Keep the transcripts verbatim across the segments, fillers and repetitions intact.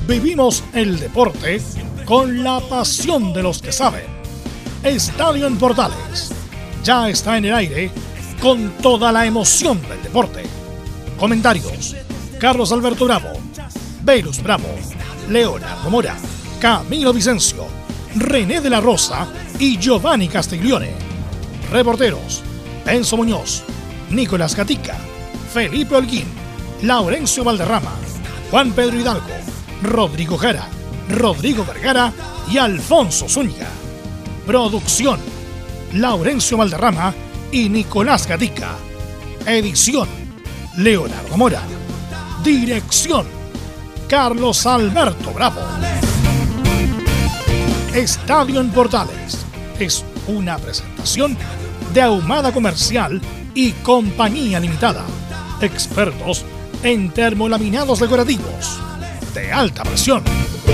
Vivimos el deporte con la pasión de los que saben. Estadio en Portales ya está en el aire con toda la emoción del deporte. Comentarios: Carlos Alberto Bravo, Velus Bravo, Leonardo Mora, Camilo Vicencio, René de la Rosa y Giovanni Castiglione. Reporteros: Enzo Muñoz, Nicolás Gatica, Felipe Holguín, Laurencio Valderrama, Juan Pedro Hidalgo, Rodrigo Jara, Rodrigo Vergara y Alfonso Zúñiga. Producción: Laurencio Valderrama y Nicolás Gatica. Edición: Leonardo Mora. Dirección: Carlos Alberto Bravo. Estadio en Portales es una presentación de Ahumada Comercial y Compañía Limitada. Expertos en termolaminados decorativos de alta presión.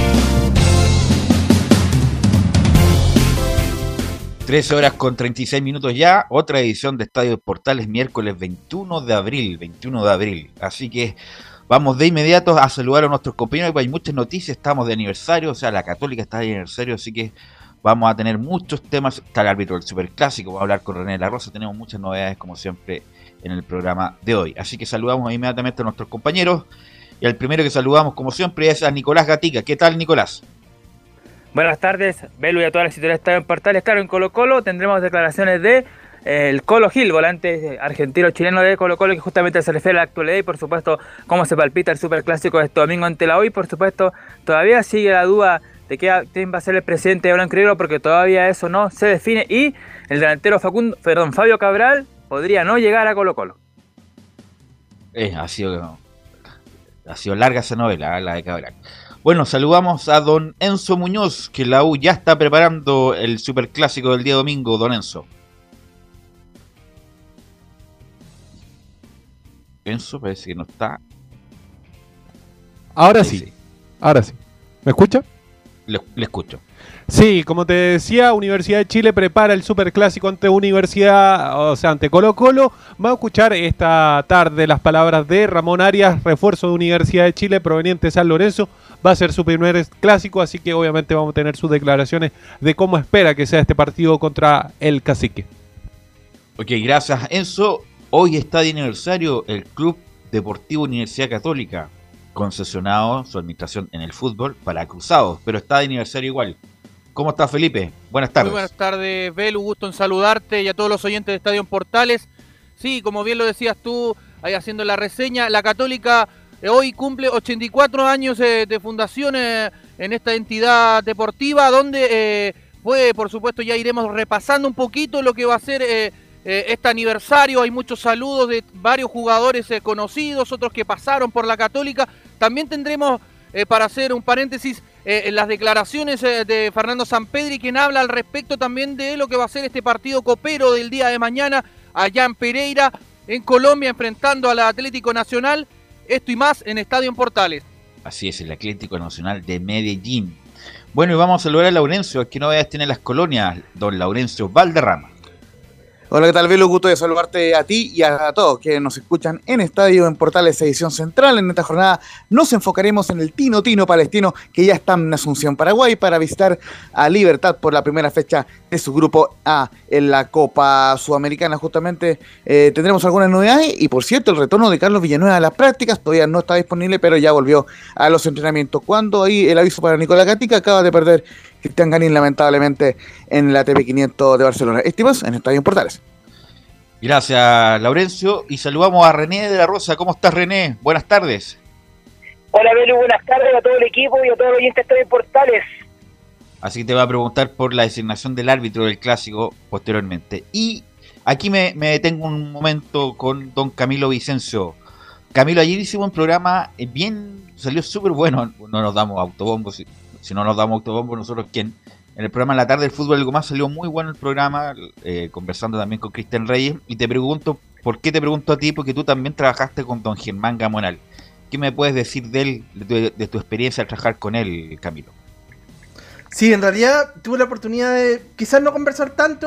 trece horas con treinta y seis minutos ya, otra edición de Estadio Portales, miércoles veintiuno de abril, veintiuno de abril. Así que vamos de inmediato a saludar a nuestros compañeros, porque hay muchas noticias, estamos de aniversario, o sea, la Católica está de aniversario, así que vamos a tener muchos temas. Está el árbitro del Superclásico, vamos a hablar con René de la Rosa, tenemos muchas novedades como siempre en el programa de hoy. Así que saludamos inmediatamente a nuestros compañeros, y al primero que saludamos como siempre es a Nicolás Gatica. ¿Qué tal, Nicolás? Buenas tardes, Belu, y a todas las historias de Estadio en Portales. Claro, en Colo Colo tendremos declaraciones de eh, el Colo Gil, volante argentino-chileno de Colo Colo, que justamente se refiere a la actualidad y por supuesto cómo se palpita el Superclásico de este domingo ante la U. Y por supuesto todavía sigue la duda de quién va a ser el presidente de Blanco, porque todavía eso no se define, y el delantero Facundo, perdón, Fabio Cabral podría no llegar a Colo Colo. Eh, ha sido ha sido larga esa novela, la de Cabral. Bueno, saludamos a don Enzo Muñoz, que la U ya está preparando el Superclásico del día domingo. Don Enzo. Enzo parece que no está. Ahora sí, sí. ahora sí. ¿Me escucha? Le, le escucho. Sí, como te decía, Universidad de Chile prepara el Superclásico ante Universidad, o sea, ante Colo Colo. Vamos a escuchar esta tarde las palabras de Ramón Arias, refuerzo de Universidad de Chile proveniente de San Lorenzo. Va a ser su primer clásico, así que obviamente vamos a tener sus declaraciones de cómo espera que sea este partido contra el Cacique. Ok, gracias, Enzo. Hoy está de aniversario el Club Deportivo Universidad Católica, concesionado su administración en el fútbol para Cruzados, pero está de aniversario igual. ¿Cómo está, Felipe? Buenas tardes. Muy buenas tardes, Belu, gusto en saludarte y a todos los oyentes de Estadio en Portales. Sí, como bien lo decías tú, ahí haciendo la reseña, la Católica eh, hoy cumple ochenta y cuatro años eh, de fundación eh, en esta entidad deportiva, donde eh, fue, por supuesto, ya iremos repasando un poquito lo que va a ser eh, eh, este aniversario. Hay muchos saludos de varios jugadores eh, conocidos, otros que pasaron por la Católica. También tendremos, eh, para hacer un paréntesis, eh, las declaraciones eh, de Fernando Sampedri, quien habla al respecto también de lo que va a ser este partido copero del día de mañana allá en Pereira, en Colombia, enfrentando al Atlético Nacional. Esto y más en Estadio en Portales. Así es, el Atlético Nacional de Medellín. Bueno, y vamos a saludar a Laurencio, que novedades tiene las colonias, don Laurencio Valderrama. Hola, ¿qué tal, Velo? Gusto de saludarte a ti y a todos que nos escuchan en Estadio en Portales, edición central. En esta jornada nos enfocaremos en el Tino Tino palestino, que ya está en Asunción, Paraguay, para visitar a Libertad por la primera fecha de su grupo A en la Copa Sudamericana. Justamente eh, tendremos algunas novedades y, por cierto, el retorno de Carlos Villanueva a las prácticas todavía no está disponible, pero ya volvió a los entrenamientos. Cuando ahí el aviso para Nicolás Gatica, acaba de perder Cristian Garín, lamentablemente, en la T P quinientos de Barcelona. Estimas en Estadio en Portales. Gracias, Laurencio. Y saludamos a René de la Rosa. ¿Cómo estás, René? Buenas tardes. Hola, Belu, buenas tardes a todo el equipo y a todos los oyentes de Estadio en Portales. Así que te voy a preguntar por la designación del árbitro del Clásico posteriormente. Y aquí me, me detengo un momento con don Camilo Vicencio. Camilo, ayer hicimos un programa bien, salió súper bueno. No nos damos autobombos, si, si no nos damos autobombos, nosotros quién. En el programa La Tarde del Fútbol Algo Más salió muy bueno el programa, eh, conversando también con Cristian Reyes. Y te pregunto, ¿por qué te pregunto a ti? Porque tú también trabajaste con don Germán Gamonal. ¿Qué me puedes decir de él, de tu, de tu experiencia al trabajar con él, Camilo? Sí, en realidad tuve la oportunidad de quizás no conversar tanto,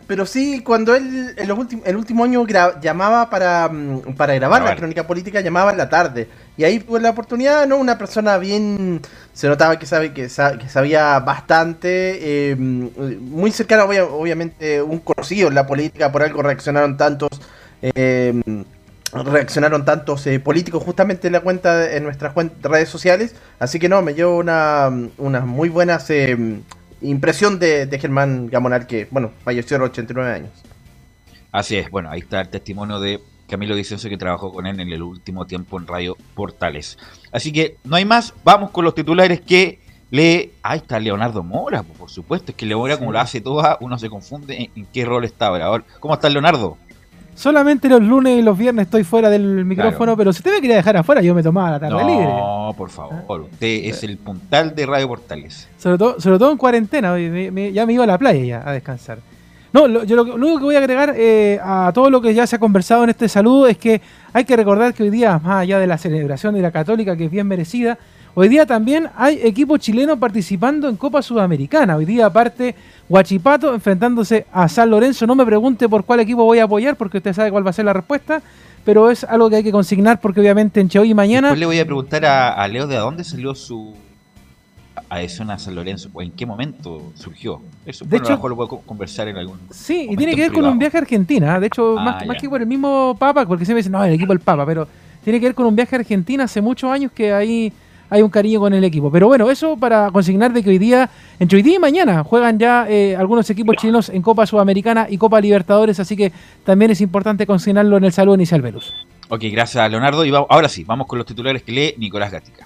pero sí, cuando él en los últimos, el último año gra- llamaba para, mm, para grabar Grabar. la crónica política, llamaba en la tarde. Y ahí tuve la oportunidad, ¿no? Una persona bien, se notaba que sabe que, sa- que sabía bastante, eh, muy cercano, obvia- obviamente, un conocido en la política, por algo reaccionaron tantos, eh, reaccionaron tantos eh, políticos justamente en la cuenta, en nuestras cuen- redes sociales. Así que no, me llevo una, unas muy buenas eh, impresión de, de Germán Gamonal, que, bueno, falleció a los ochenta y nueve años. Así es, bueno, ahí está el testimonio de Camilo Vicencio, que trabajó con él en el último tiempo en Radio Portales. Así que no hay más, vamos con los titulares que lee... Ahí está Leonardo Mora, pues, por supuesto, es que Leonardo, sí, como lo hace toda, uno se confunde en, en qué rol está ahora. Ahora, ¿cómo está Leonardo? Solamente los lunes y los viernes estoy fuera del micrófono, claro. Pero si usted me quería dejar afuera, yo me tomaba la tarde no, libre. No, por favor, usted es el puntal de Radio Portales. Sobre todo, sobre todo en cuarentena, me, me, ya me iba a la playa ya a descansar. No, lo, yo lo, lo único que voy a agregar eh, a todo lo que ya se ha conversado en este saludo es que hay que recordar que hoy día, más allá de la celebración de la Católica, que es bien merecida, hoy día también hay equipo chileno participando en Copa Sudamericana. Hoy día, aparte, Huachipato enfrentándose a San Lorenzo. No me pregunte por cuál equipo voy a apoyar, porque usted sabe cuál va a ser la respuesta, pero es algo que hay que consignar, porque obviamente entre hoy y mañana... Después le voy a preguntar a, a Leo de dónde salió su adhesión a San Lorenzo, o en qué momento surgió. Eso, de bueno, hecho, a lo mejor lo puedo conversar en algún sí, y tiene que ver con un viaje a Argentina. De hecho, ah, más, más que por el mismo Papa, porque siempre dicen, no, el equipo del Papa, pero tiene que ver con un viaje a Argentina hace muchos años que ahí hay un cariño con el equipo. Pero bueno, eso para consignar de que hoy día, entre hoy día y mañana, juegan ya eh, algunos equipos chilenos en Copa Sudamericana y Copa Libertadores, así que también es importante consignarlo en el saludo inicial, Velus. Ok, gracias, Leonardo. Y vamos, ahora sí, vamos con los titulares que lee Nicolás Gatica.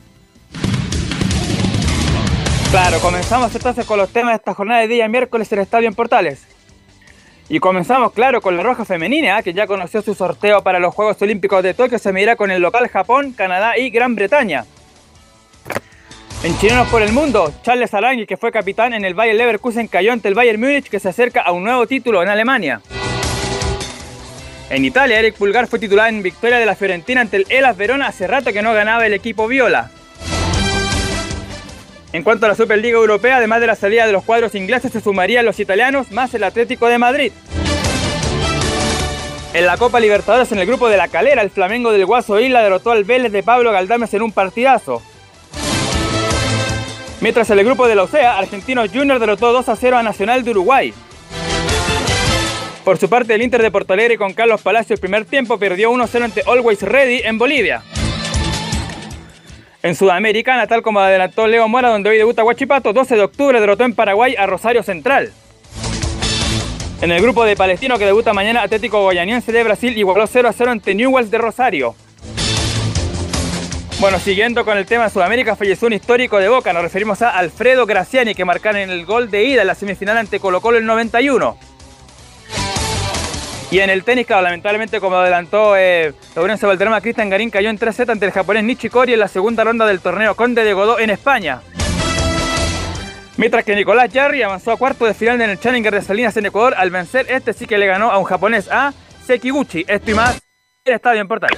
Claro, comenzamos entonces con los temas de esta jornada de día miércoles en el Estadio en Portales. Y comenzamos, claro, con la Roja Femenina, que ya conoció su sorteo para los Juegos Olímpicos de Tokio. Se medirá con el local Japón, Canadá y Gran Bretaña. En Chilenos por el Mundo, Charles Arangui, que fue capitán en el Bayer Leverkusen, cayó ante el Bayern Múnich, que se acerca a un nuevo título en Alemania. En Italia, Eric Pulgar fue titular en victoria de la Fiorentina ante el Hellas Verona. Hace rato que no ganaba el equipo viola. En cuanto a la Superliga Europea, además de la salida de los cuadros ingleses, se sumarían los italianos más el Atlético de Madrid. En la Copa Libertadores, en el grupo de La Calera, el Flamengo del Guaso Isla derrotó al Vélez de Pablo Galdames en un partidazo. Mientras en el grupo de la O C E A, Argentinos Junior derrotó dos a cero a Nacional de Uruguay. Por su parte, el Inter de Porto Alegre con Carlos Palacio el primer tiempo perdió uno a cero ante Always Ready en Bolivia. En Sudamericana, tal como adelantó Leo Mora, donde hoy debuta Huachipato, doce de octubre derrotó en Paraguay a Rosario Central. En el grupo de Palestino, que debuta mañana, Atlético Goianiense de Brasil igualó cero a cero ante Newell's de Rosario. Bueno, siguiendo con el tema de Sudamérica, falleció un histórico de Boca. Nos referimos a Alfredo Graciani, que marcaron el gol de ida en la semifinal ante Colo Colo el noventa y uno. Y en el tenis, claro, lamentablemente, como adelantó eh, Lorenzo Valderrama, Cristian Garín cayó en tres sets ante el japonés Nishikori en la segunda ronda del torneo Conde de Godó en España. Mientras que Nicolás Jarry avanzó a cuarto de final en el Challenger de Salinas en Ecuador al vencer, este sí que le ganó a un japonés, a Sekiguchi. Esto y más en el Estadio en Portales.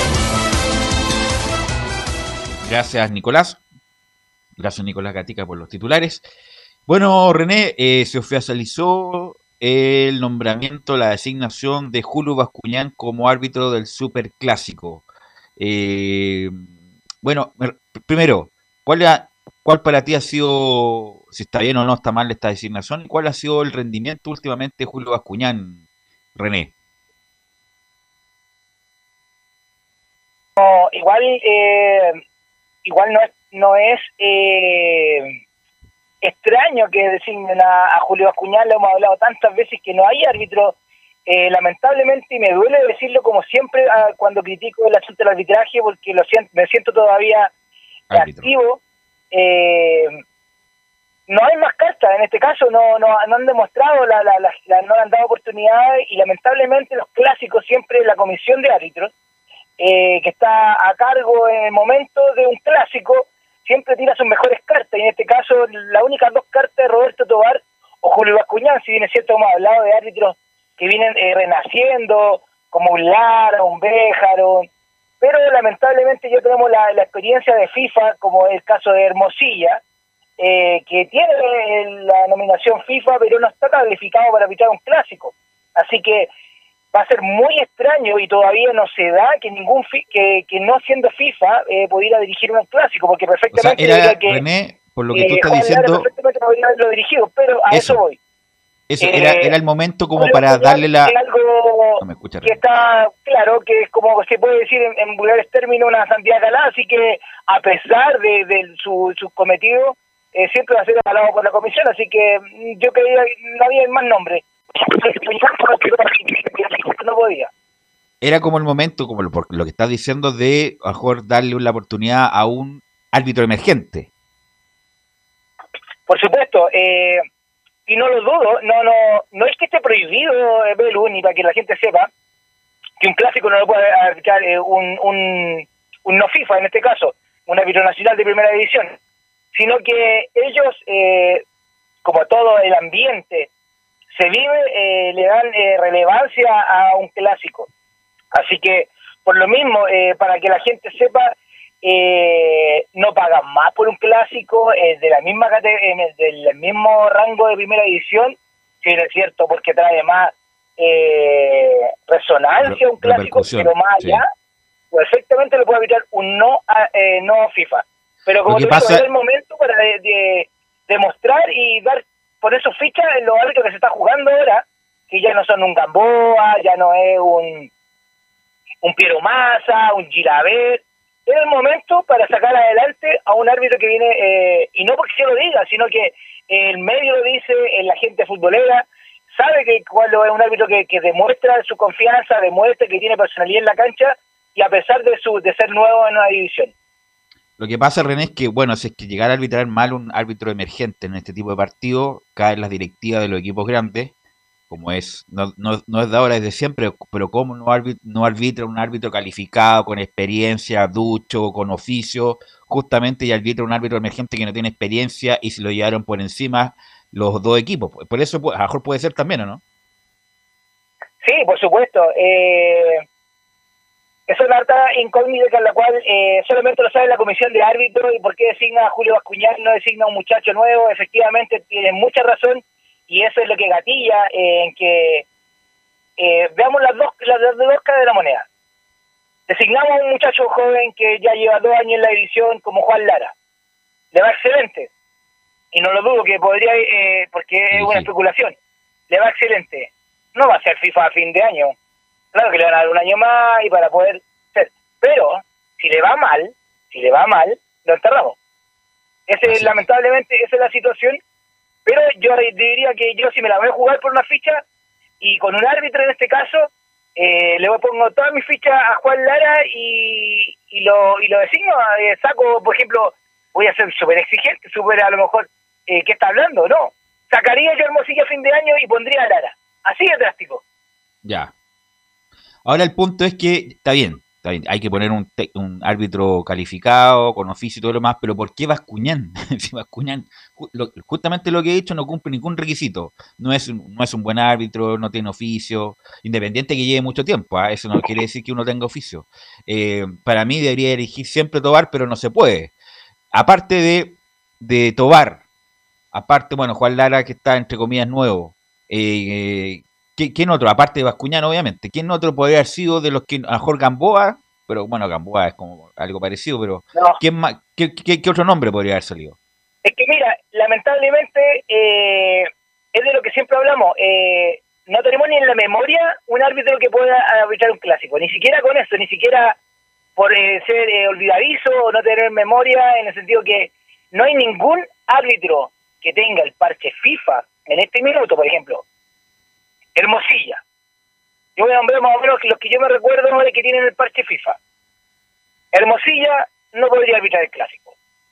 Gracias, Nicolás. Gracias, Nicolás Gatica, por los titulares. Bueno, René, eh, se oficializó el nombramiento, la designación de Julio Bascuñán como árbitro del Superclásico. Eh, bueno, primero, ¿cuál, ha, ¿cuál para ti ha sido, si está bien o no está mal esta designación, y cuál ha sido el rendimiento últimamente de Julio Bascuñán, René? No, igual, eh, igual no es, no es eh, extraño que designen a, a Julio Bascuñán. Lo hemos hablado tantas veces que no hay árbitro, eh, lamentablemente, y me duele decirlo como siempre a, cuando critico el asunto del arbitraje, porque lo siento, me siento todavía árbitro activo. Eh, no hay más cartas, en este caso no no, no han demostrado, la, la, la, la, no han dado oportunidades, y lamentablemente los clásicos siempre, la comisión de árbitros, eh, que está a cargo en el momento de un clásico, siempre tira sus mejores cartas, y en este caso las únicas dos cartas de Roberto Tobar o Julio Bascuñán. Si bien es cierto, hemos hablado de árbitros que vienen eh, renaciendo, como un Lara, un Béjaro, pero lamentablemente ya tenemos la, la experiencia de FIFA, como el caso de Hermosilla, eh, que tiene la nominación FIFA, pero no está calificado para arbitrar un clásico. Así que va a ser muy extraño y todavía no se da que ningún fi que, que no siendo FIFA eh, pudiera dirigir un clásico, porque perfectamente o sea, era, que, René, por lo que eh, tú estás Juan diciendo, Lara perfectamente podría haberlo dirigido, pero a eso, eso voy. Eso Eh, era, era el momento como Julio para Acuña darle la... es algo No me escucha, que René. está claro, que es como se puede decir en, en vulgares términos una sandía calada, así que a pesar de, de su, su cometido, eh, siempre va a ser avalado por la comisión, así que mm, yo creía que no había más nombre. No podía. Era como el momento, como lo, por lo que estás diciendo, de a lo mejor darle la oportunidad a un árbitro emergente. Por supuesto, eh, y no lo dudo, no no no es que esté prohibido, eh, Belu, ni para que la gente sepa, que un clásico no lo puede arbitrar eh, un, un, un no FIFA, en este caso, un árbitro nacional de primera división, sino que ellos, eh, como todo el ambiente se vive, eh, le dan eh, relevancia a un clásico. Así que, por lo mismo, eh, para que la gente sepa, eh, no pagan más por un clásico, eh, de la misma eh, del mismo rango de primera división, si es cierto, porque trae más eh, resonancia un clásico, pero más allá, sí, perfectamente lo puede evitar un no a, eh, no FIFA. Pero como te pasa... digo, es el momento para de, de, demostrar y dar poner sus fichas en los árbitros que se está jugando ahora, que ya no son un Gamboa, ya no es un un Piero Massa, un Gilabert. Es el momento para sacar adelante a un árbitro que viene, eh, y no porque yo lo diga, sino que el medio lo dice, la gente futbolera sabe que cuando es un árbitro que, que demuestra su confianza, demuestra que tiene personalidad en la cancha, y a pesar de su de ser nuevo en una división. Lo que pasa, René, es que, bueno, si es que llegar a arbitrar mal un árbitro emergente en este tipo de partidos, caen las directivas de los equipos grandes, como es, no, no, no es de ahora, es de siempre, pero como no, arbit, no arbitra un árbitro calificado, con experiencia, ducho, con oficio, justamente, y arbitra un árbitro emergente que no tiene experiencia y se lo llevaron por encima los dos equipos. Por eso, a lo mejor puede ser también, ¿o no? Sí, por supuesto. Eh, es una harta incógnita en la cual eh, solamente lo sabe la comisión de árbitros, y por qué designa a Julio Bascuñán, no designa a un muchacho nuevo. Efectivamente, tiene mucha razón. Y eso es lo que gatilla eh, en que eh, veamos las dos las, las dos caras de la moneda. Designamos a un muchacho joven que ya lleva dos años en la división como Juan Lara. Le va excelente. Y no lo dudo que podría, eh, porque es una especulación. Le va excelente. No va a ser FIFA a fin de año. Claro que le van a dar un año más y para poder ser. Pero, si le va mal, si le va mal, lo enterramos. Ese es, lamentablemente, esa es la situación. Pero yo diría que yo, si me la voy a jugar por una ficha, y con un árbitro en este caso, eh, le pongo todas mis fichas a Juan Lara y, y lo y lo designo, eh, saco, por ejemplo, voy a ser súper exigente, súper a lo mejor, eh, ¿qué está hablando? No, sacaría yo Hermosillo a fin de año y pondría a Lara, así de drástico. Ya. Ahora el punto es que, está bien, está bien, hay que poner un, te, un árbitro calificado, con oficio y todo lo demás, pero ¿por qué Bascuñán? Si Bascuñán, lo, justamente lo que he dicho, no cumple ningún requisito. No es, no es un buen árbitro, no tiene oficio, independiente que lleve mucho tiempo, ¿eh? Eso no quiere decir que uno tenga oficio. Eh, para mí debería elegir siempre Tobar, pero no se puede. Aparte de, de Tobar, aparte, bueno, Juan Lara, que está entre comillas nuevo, eh, ¿quién otro? Aparte de Bascuñán, obviamente. ¿Quién otro podría haber sido de los que, a lo mejor Gamboa? Pero bueno, Gamboa es como algo parecido, pero no. ¿quién más, qué, qué, ¿qué otro nombre podría haber salido? Es que mira, lamentablemente, eh, es de lo que siempre hablamos. Eh, no tenemos ni en la memoria un árbitro que pueda arbitrar un clásico. Ni siquiera con eso, ni siquiera por eh, ser eh, olvidadizo o no tener memoria, en el sentido que no hay ningún árbitro que tenga el parche FIFA en este minuto, por ejemplo. Hermosilla. Yo voy a nombrar más o menos los que yo me recuerdo de que tienen el parche FIFA. Hermosilla no podría arbitrar el clásico.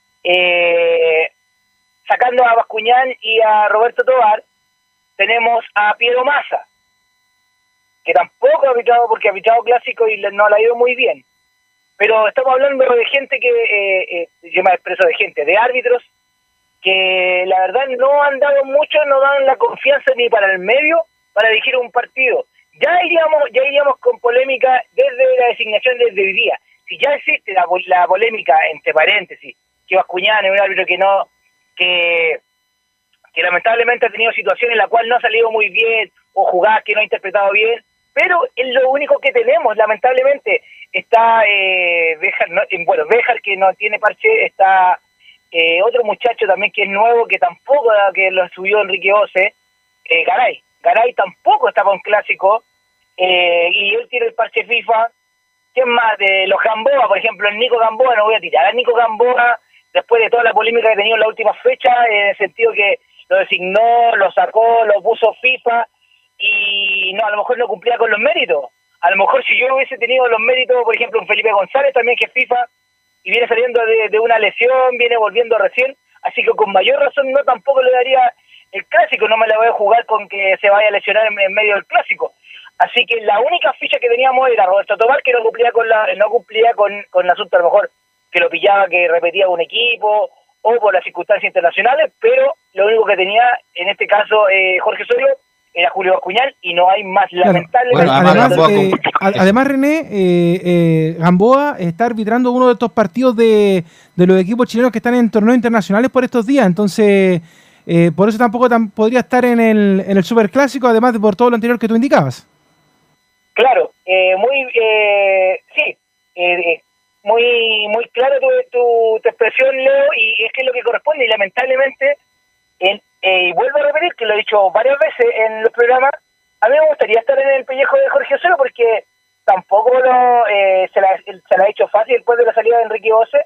Eh, sacando a Bascuñán y a Roberto Tobar, tenemos a Piero Massa, que tampoco ha arbitrado porque ha arbitrado clásico y no le ha ido muy bien. Pero estamos hablando de gente que, eh, eh, yo me expreso de gente, de árbitros, que la verdad no han dado mucho, no dan la confianza ni para el medio para dirigir un partido. Ya iríamos ya iríamos con polémica desde la designación desde hoy día. Si ya existe la, la polémica, entre paréntesis, que Bascuñán es un árbitro que no que, que lamentablemente ha tenido situaciones en las cuales no ha salido muy bien, o jugadas que no ha interpretado bien, pero es lo único que tenemos, lamentablemente. Está eh, Béjar, no, bueno, Béjar que no tiene parche, está eh, otro muchacho también que es nuevo, que tampoco, que lo subió Enrique Ose, eh, Garay. Garay tampoco está para un clásico, eh, y él tiene el parche FIFA. ¿Quién más? De los Gamboa, por ejemplo, el Nico Gamboa, no voy a tirar a Nico Gamboa, después de toda la polémica que ha tenido en la última fecha, en el sentido que lo designó, lo sacó, lo puso FIFA, y no, a lo mejor no cumplía con los méritos. A lo mejor si yo hubiese tenido los méritos, por ejemplo, un Felipe González también, que es FIFA, y viene saliendo de, de una lesión, viene volviendo recién, así que con mayor razón no tampoco le daría el clásico, no me la voy a jugar con que se vaya a lesionar en, en medio del clásico. Así que la única ficha que teníamos era Roberto Tobar, que no cumplía con la no cumplía con, con el asunto, a lo mejor que lo pillaba, que repetía un equipo, o por las circunstancias internacionales, pero lo único que tenía, en este caso, eh, Jorge Osorio, era Julio Bascuñán, y no hay más, claro. lamentablemente. Bueno, además, eh, además, René, eh, eh, Gamboa está arbitrando uno de estos partidos de, de los equipos chilenos que están en torneos internacionales por estos días, entonces eh, por eso tampoco tan, podría estar en el, en el Superclásico, además de por todo lo anterior que tú indicabas. Claro, eh, muy, eh, sí, eh, muy muy claro tu, tu, tu expresión, Leo, y es que es lo que corresponde, y lamentablemente, en, eh, vuelvo a repetir, que lo he dicho varias veces en los programas, a mí me gustaría estar en el pellejo de Jorge Osorio, porque tampoco lo, eh, se, la, se la ha hecho fácil después de la salida de Enrique Ose.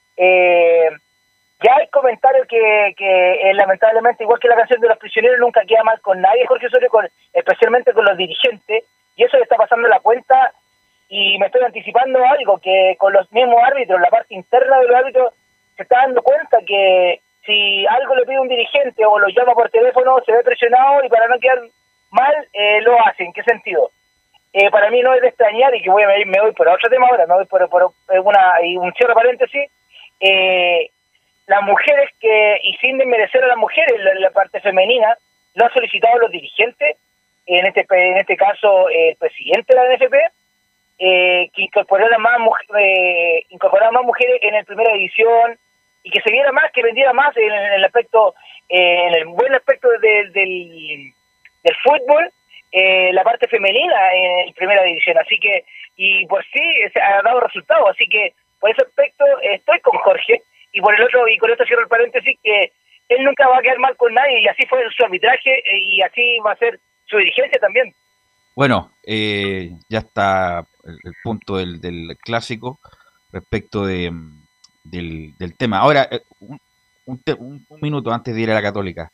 Eh, ya hay comentarios que, que eh, lamentablemente, igual que la canción de los prisioneros, nunca queda mal con nadie, Jorge Osorio, con, especialmente con los dirigentes, y eso le está pasando la cuenta, y me estoy anticipando algo, que con los mismos árbitros, la parte interna de los árbitros, se está dando cuenta que si algo le pide un dirigente o lo llama por teléfono, se ve presionado, y para no quedar mal, eh, lo hacen. ¿En qué sentido? Eh, para mí no es de extrañar, y que voy a, me voy por otro tema ahora, me voy por, por una, y un cierre paréntesis, eh, las mujeres que, y sin desmerecer a las mujeres, la, la parte femenina, lo han solicitado los dirigentes, en este en este caso eh, el presidente de la N F P, eh, que incorporara más, eh, incorporara más mujeres en la primera división, y que se viera más, que vendiera más en, en el aspecto, eh, en el buen aspecto de, del, del fútbol, eh, la parte femenina en primera división. Así que, y pues sí, se ha dado resultados, así que por ese aspecto eh, estoy con Jorge, y por el otro, y con esto cierro el paréntesis, que él nunca va a quedar mal con nadie, y así fue su arbitraje, eh, y así va a ser su dirigencia también. Bueno, eh, ya está el, el punto del, del clásico respecto de, del, del tema. Ahora, un, un, un minuto antes de ir a la Católica.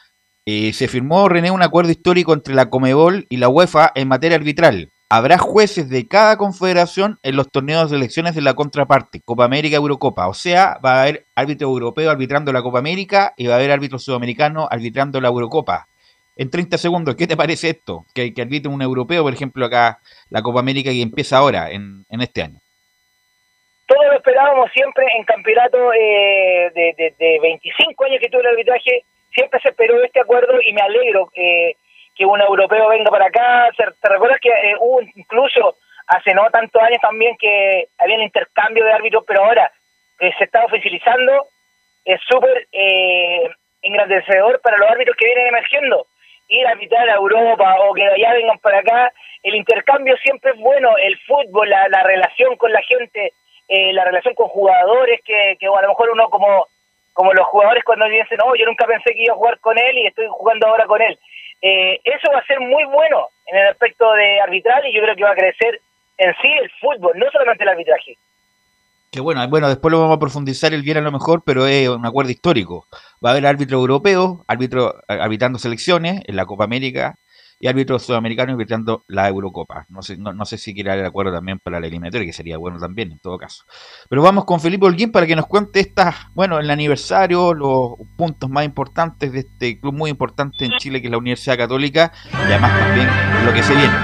Eh, se firmó, René, un acuerdo histórico entre la Conmebol y la UEFA en materia arbitral. Habrá jueces de cada confederación en los torneos de elecciones de la contraparte, Copa América y Eurocopa. O sea, va a haber árbitro europeo arbitrando la Copa América y va a haber árbitro sudamericano arbitrando la Eurocopa. En treinta segundos, ¿qué te parece esto? Que, que arbitre un europeo, por ejemplo, acá la Copa América, que empieza ahora, en, en este año. Todos lo esperábamos siempre en campeonato eh, de, de, de veinticinco años que tuve el arbitraje, siempre se esperó este acuerdo, y me alegro eh, que un europeo venga para acá. ¿Te recuerdas que eh, hubo incluso hace no tantos años también que había el intercambio de árbitros, pero ahora que se está oficializando, es súper eh, engrandecedor para los árbitros que vienen emergiendo? Ir a arbitrar a Europa o que allá vengan para acá, el intercambio siempre es bueno, el fútbol, la, la relación con la gente, eh, la relación con jugadores, que, que a lo mejor uno como como los jugadores cuando dicen, no, yo nunca pensé que iba a jugar con él y estoy jugando ahora con él. Eh, eso va a ser muy bueno en el aspecto de arbitral, y yo creo que va a crecer en sí el fútbol, no solamente el arbitraje. Que bueno, bueno, después lo vamos a profundizar el bien a lo mejor, pero es un acuerdo histórico. Va a haber árbitro europeo, árbitro arbitrando selecciones en la Copa América, y árbitro sudamericano arbitrando la Eurocopa. No sé, no, no sé si quiere dar el acuerdo también para la eliminatoria, que sería bueno también en todo caso. Pero vamos con Felipe Holguín para que nos cuente estas, bueno, el aniversario, los puntos más importantes de este club muy importante en Chile, que es la Universidad Católica, y además también lo que se viene.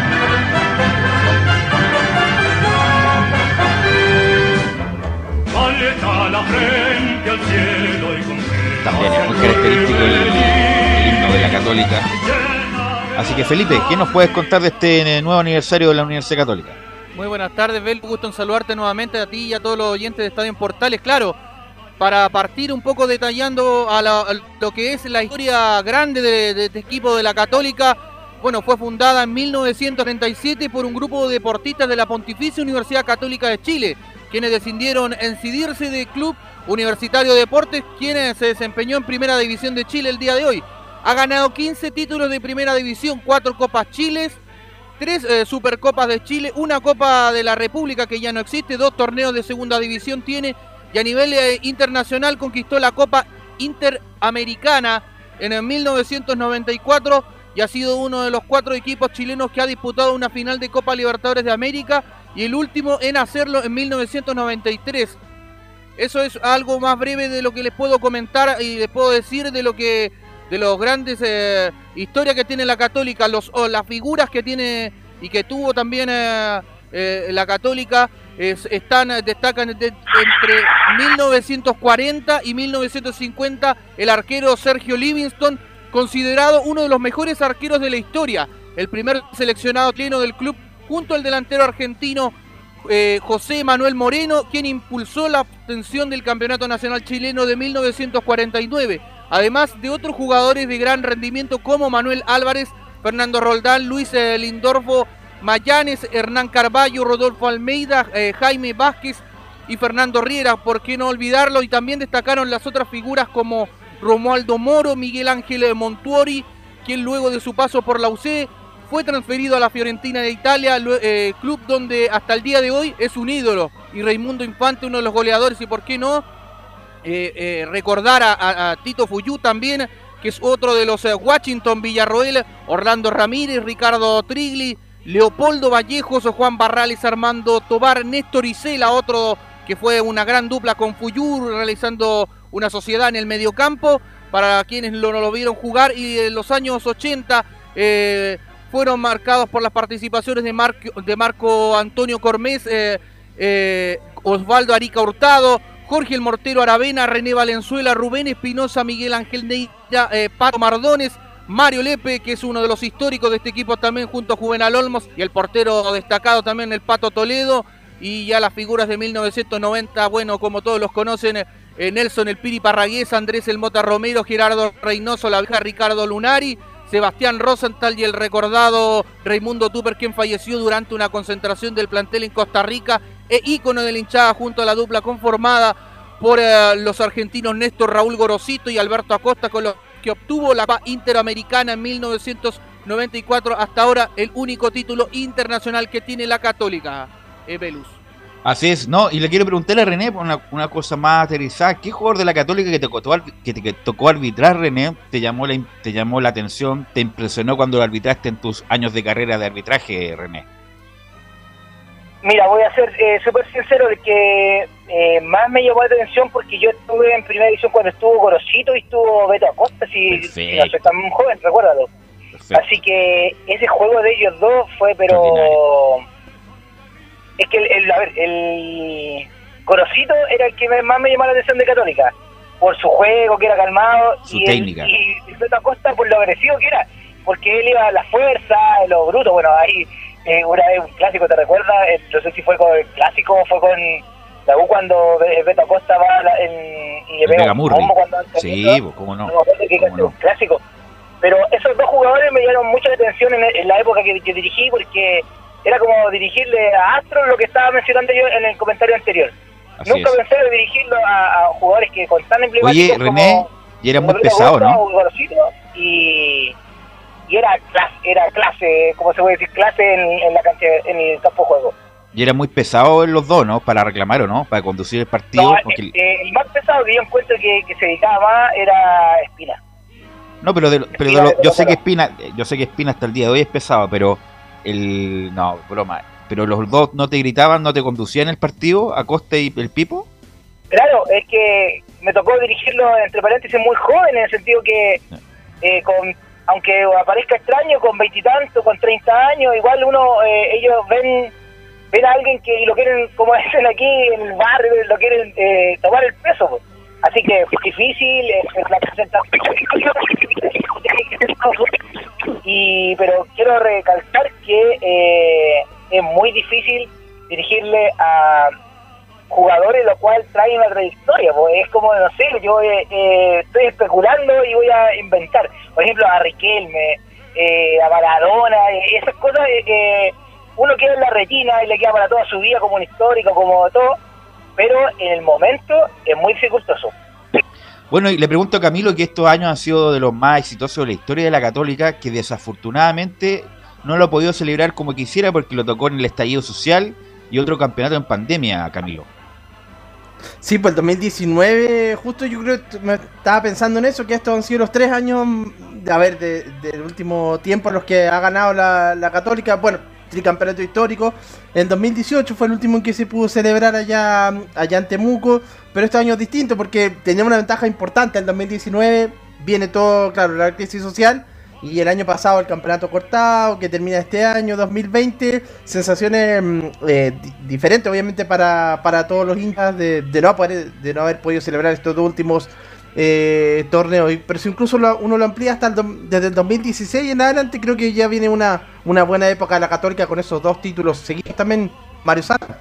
También es muy característico el, el himno de la Católica. Así que, Felipe, ¿qué nos puedes contar de este nuevo aniversario de la Universidad Católica? Muy buenas tardes, Bel, gusto en saludarte nuevamente a ti y a todos los oyentes de Estadio en Portales. Claro, para partir un poco detallando a, la, a lo que es la historia grande de, de este equipo de la Católica. Bueno, fue fundada en mil novecientos treinta y siete por un grupo de deportistas de la Pontificia Universidad Católica de Chile, quienes decidieron incidirse del Club Universitario de Deportes, quienes se desempeñó en Primera División de Chile el día de hoy. Ha ganado quince títulos de Primera División, cuatro Copas Chiles, tres eh, Supercopas de Chile, una Copa de la República que ya no existe, dos torneos de Segunda División tiene, y a nivel eh, internacional conquistó la Copa Interamericana en el mil novecientos noventa y cuatro y ha sido uno de los cuatro equipos chilenos que ha disputado una final de Copa Libertadores de América y el último en hacerlo en mil novecientos noventa y tres. Eso es algo más breve de lo que les puedo comentar y les puedo decir de lo que de los grandes eh, historias que tiene la Católica, los o las figuras que tiene y que tuvo también eh, eh, la Católica. Es, están, destacan de, entre mil novecientos cuarenta y mil novecientos cincuenta el arquero Sergio Livingston, considerado uno de los mejores arqueros de la historia, el primer seleccionado chileno del club, junto al delantero argentino eh, José Manuel Moreno, quien impulsó la obtención del Campeonato Nacional Chileno de mil novecientos cuarenta y nueve, además de otros jugadores de gran rendimiento como Manuel Álvarez, Fernando Roldán, Luis eh, Lindorfo Mayanes, Hernán Carballo, Rodolfo Almeida, eh, Jaime Vázquez y Fernando Riera, por qué no olvidarlo, y también destacaron las otras figuras como Romualdo Moro, Miguel Ángel Montuori, quien luego de su paso por la U C fue transferido a la Fiorentina de Italia, eh, club donde hasta el día de hoy es un ídolo, y Raimundo Infante, uno de los goleadores, y por qué no eh, eh, recordar a, a, a Tito Fuyú también, que es otro de los eh, Washington Villarroel, Orlando Ramírez, Ricardo Trigli, Leopoldo Vallejos, Juan Barrales, Armando Tobar, Néstor Isela, otro que fue una gran dupla con Fuyú, realizando una sociedad en el mediocampo, para quienes lo, no lo vieron jugar, y en los años ochenta eh, fueron marcados por las participaciones de, Mar de Marco Antonio Cormés, eh, eh, Osvaldo Arica Hurtado, Jorge el Mortero Aravena, René Valenzuela, Rubén Espinosa, Miguel Ángel Neira, eh, Pato Mardones, Mario Lepe, que es uno de los históricos de este equipo también, junto a Juvenal Olmos, y el portero destacado también, el Pato Toledo, y ya las figuras de mil novecientos noventa, bueno, como todos los conocen, eh, Nelson el Piri Parragués, Andrés el Mota Romero, Gerardo Reynoso, la vieja Ricardo Lunari, Sebastián Rosenthal y el recordado Raimundo Tupper, quien falleció durante una concentración del plantel en Costa Rica, e ícono de la hinchada junto a la dupla conformada por eh, los argentinos Néstor Raúl Gorosito y Alberto Acosta, con los que obtuvo la Copa Interamericana en mil novecientos noventa y cuatro, hasta ahora el único título internacional que tiene la Católica, eh, Velus. Así es, no, y le quiero preguntarle a René una, una cosa más aterrizada. ¿Qué jugador de la Católica que te, tocó, que te que tocó arbitrar, René, te llamó, la, te llamó la atención, te impresionó cuando lo arbitraste en tus años de carrera de arbitraje, René? Mira, voy a ser eh, súper sincero, de que eh, más me llamó la atención porque yo estuve en primera división cuando estuvo Gorosito y estuvo Beto Acosta, si, si no soy tan joven, recuérdalo. Perfecto. Así que ese juego de ellos dos fue, pero... Es que, el, el, a ver, el Gorosito era el que más me llamó la atención de Católica, por su juego, que era calmado, su y técnica. El, y el Beto Acosta por lo agresivo que era, porque él iba a la fuerza, a lo bruto. Bueno, ahí eh, una vez un clásico, ¿te recuerdas? Eh, no sé si fue con el clásico o fue con la U, cuando Beto Acosta va la, en, y le pega un combo cuando sí, pues, cómo no, no me acuerdo que ¿Cómo no? Un clásico. Pero esos dos jugadores me llamaron mucha atención en, en la época que, que dirigí, porque era como dirigirle a Astro lo que estaba mencionando yo en el comentario anterior. Así Nunca es. pensé de dirigirlo a, a jugadores que con tan emblemáticos. Oye, René, como, y era muy pesado, Costa, ¿no? Y, y era clase, era clase, como se puede decir, clase en, en la cancha, en el campo de juego. Y era muy pesado en los dos, ¿no? Para reclamar, ¿o no? Para conducir el partido. No, porque... eh, el más pesado que yo encuentro que, que se dedicaba más era Espina. No, pero, de, pero de lo, yo sé que Espina, yo sé que Espina hasta el día de hoy es pesado, pero el no, broma, pero los dos no te gritaban, no te conducían el partido, Acosta y el Pipo. Claro, es que me tocó dirigirlo, entre paréntesis, muy joven, en el sentido que eh, con aunque aparezca extraño, con veintitantos, con treinta años, igual uno, eh, ellos ven ven a alguien que lo quieren, como dicen aquí en el barrio, lo quieren eh, tomar el peso, pues. Así que es difícil, es, es la presentación. Y, pero quiero recalcar que eh, es muy difícil dirigirle a jugadores los cuales traen una trayectoria, pues es como sé, yo eh, eh, estoy especulando y voy a inventar. Por ejemplo, a Riquelme, eh, a Maradona, eh, esas cosas, eh, eh, uno queda en la retina y le queda para toda su vida como un histórico, como todo, pero en el momento es muy dificultoso. Bueno, y le pregunto a Camilo que estos años han sido de los más exitosos de la historia de la Católica, que desafortunadamente no lo ha podido celebrar como quisiera porque lo tocó en el estallido social y otro campeonato en pandemia, Camilo. Sí, pues el dos mil diecinueve, justo yo creo que me estaba pensando en eso, que estos han sido los tres años, a ver, de, del último tiempo en los que ha ganado la, la Católica, bueno, tricampeonato histórico. El dos mil dieciocho fue el último en que se pudo celebrar allá, allá en Temuco, pero este año es distinto porque tenía una ventaja importante. El dos mil diecinueve viene todo, claro, la crisis social, y el año pasado el campeonato cortado, que termina este año, dos mil veinte, sensaciones eh, di diferentes obviamente para, para todos los hinchas de, de, no poder, de no haber podido celebrar estos dos últimos eh, torneos. Pero si incluso lo, uno lo amplía hasta el do, desde el dos mil dieciséis en adelante, creo que ya viene una, una buena época de la Católica con esos dos títulos seguidos también, Mario Sala.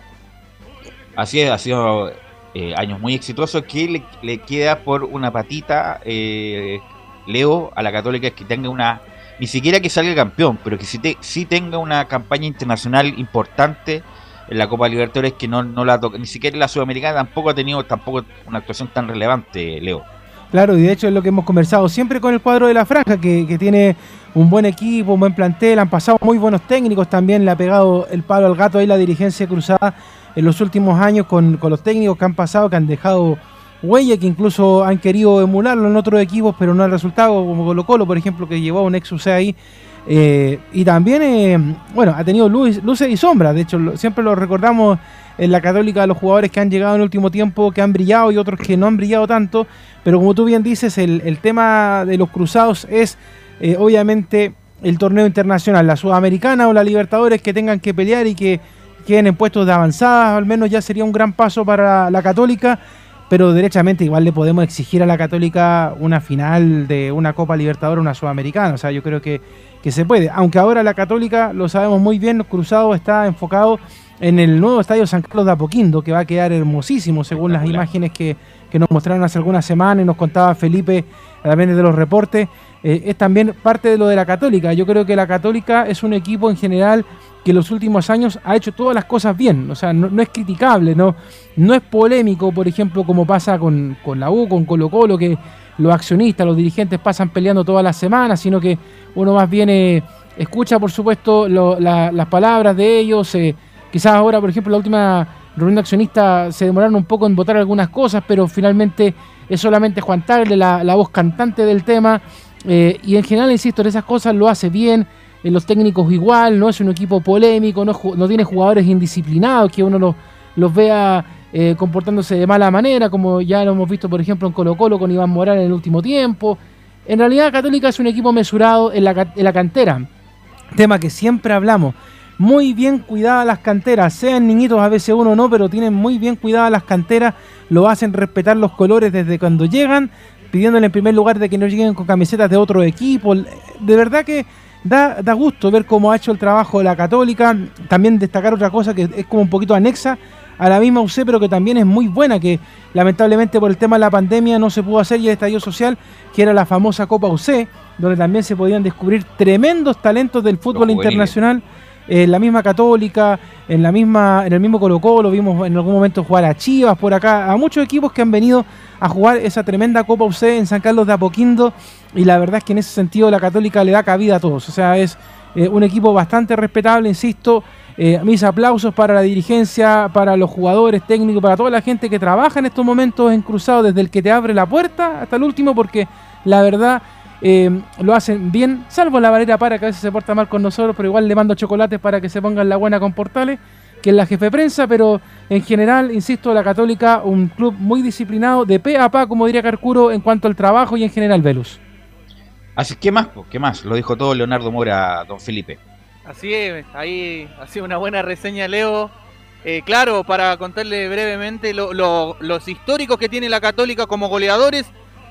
Así es, ha sido eh, años muy exitosos. Que le, le queda por una patita, eh, Leo, a la Católica, es que tenga una, ni siquiera que salga campeón, pero que sí, te, sí tenga una campaña internacional importante en la Copa Libertadores, que no, no la toca, ni siquiera en la Sudamericana tampoco ha tenido tampoco una actuación tan relevante, Leo. Claro, y de hecho es lo que hemos conversado siempre con el cuadro de la Franja, que, que tiene un buen equipo, un buen plantel, han pasado muy buenos técnicos también, le ha pegado el palo al gato ahí la dirigencia cruzada en los últimos años con, con los técnicos que han pasado, que han dejado huella, que incluso han querido emularlo en otros equipos, pero no ha resultado, como Colo Colo, por ejemplo, que llevó a un ex U C ahí. Eh, y también, eh, bueno, ha tenido luz, luces y sombras. De hecho, lo, siempre lo recordamos en la Católica, los jugadores que han llegado en el último tiempo, que han brillado y otros que no han brillado tanto. Pero como tú bien dices, el, el tema de los cruzados es eh, obviamente el torneo internacional, la Sudamericana o la Libertadores, que tengan que pelear y que queden en puestos de avanzada, al menos ya sería un gran paso para la Católica. Pero derechamente igual le podemos exigir a la Católica una final de una Copa Libertadores, una Sudamericana. O sea, yo creo que, que se puede. Aunque ahora la Católica, lo sabemos muy bien, Cruzado está enfocado en el nuevo estadio San Carlos de Apoquindo, que va a quedar hermosísimo según las imágenes que, que nos mostraron hace algunas semanas y nos contaba Felipe también de los reportes. Eh, es también parte de lo de la Católica. Yo creo que la Católica es un equipo en general que en los últimos años ha hecho todas las cosas bien, o sea, no, no es criticable, no, no es polémico, por ejemplo, como pasa con, con la U, con Colo Colo, que los accionistas, los dirigentes pasan peleando todas las semanas, sino que uno más bien eh, escucha, por supuesto, lo, la, las palabras de ellos. Eh, quizás ahora, por ejemplo, la última reunión de accionistas se demoraron un poco en votar algunas cosas, pero finalmente es solamente Juan Tagle, la, la voz cantante del tema, eh, y en general, insisto, en esas cosas lo hace bien. En los técnicos igual, no es un equipo polémico, no, no tiene jugadores indisciplinados que uno los, los vea eh, comportándose de mala manera, como ya lo hemos visto, por ejemplo, en Colo Colo con Iván Morales en el último tiempo. En realidad, Católica es un equipo mesurado en la, en la cantera, tema que siempre hablamos. Muy bien cuidadas las canteras, sean niñitos a veces uno no, pero tienen muy bien cuidadas las canteras, lo hacen respetar los colores desde cuando llegan, pidiéndole en primer lugar de que no lleguen con camisetas de otro equipo. De verdad que Da, da gusto ver cómo ha hecho el trabajo de la Católica. También destacar otra cosa que es como un poquito anexa a la misma U C, pero que también es muy buena, que lamentablemente por el tema de la pandemia no se pudo hacer, y el estallido social, que era la famosa Copa U C, donde también se podían descubrir tremendos talentos del fútbol internacional. En eh, la misma Católica, en la misma, en el mismo Colo Colo, vimos en algún momento jugar a Chivas por acá, a muchos equipos que han venido a jugar esa tremenda Copa U C en San Carlos de Apoquindo, y la verdad es que en ese sentido la Católica le da cabida a todos. O sea, es eh, un equipo bastante respetable, insisto. Eh, mis aplausos para la dirigencia, para los jugadores técnicos, para toda la gente que trabaja en estos momentos en Cruzado, desde el que te abre la puerta hasta el último, porque la verdad eh, lo hacen bien, salvo la Valera Para, que a veces se porta mal con nosotros, pero igual le mando chocolates para que se pongan la buena con Portales, que es la jefe de prensa. Pero en general, insisto, la Católica, un club muy disciplinado, de pe a pa, como diría Carcuro, en cuanto al trabajo y en general, Velus. Así, ¿qué más? ¿Qué más? Lo dijo todo Leonardo Mora, don Felipe. Así es, ahí ha sido una buena reseña, Leo. Eh, claro, para contarle brevemente lo, lo, los históricos que tiene la Católica como goleadores.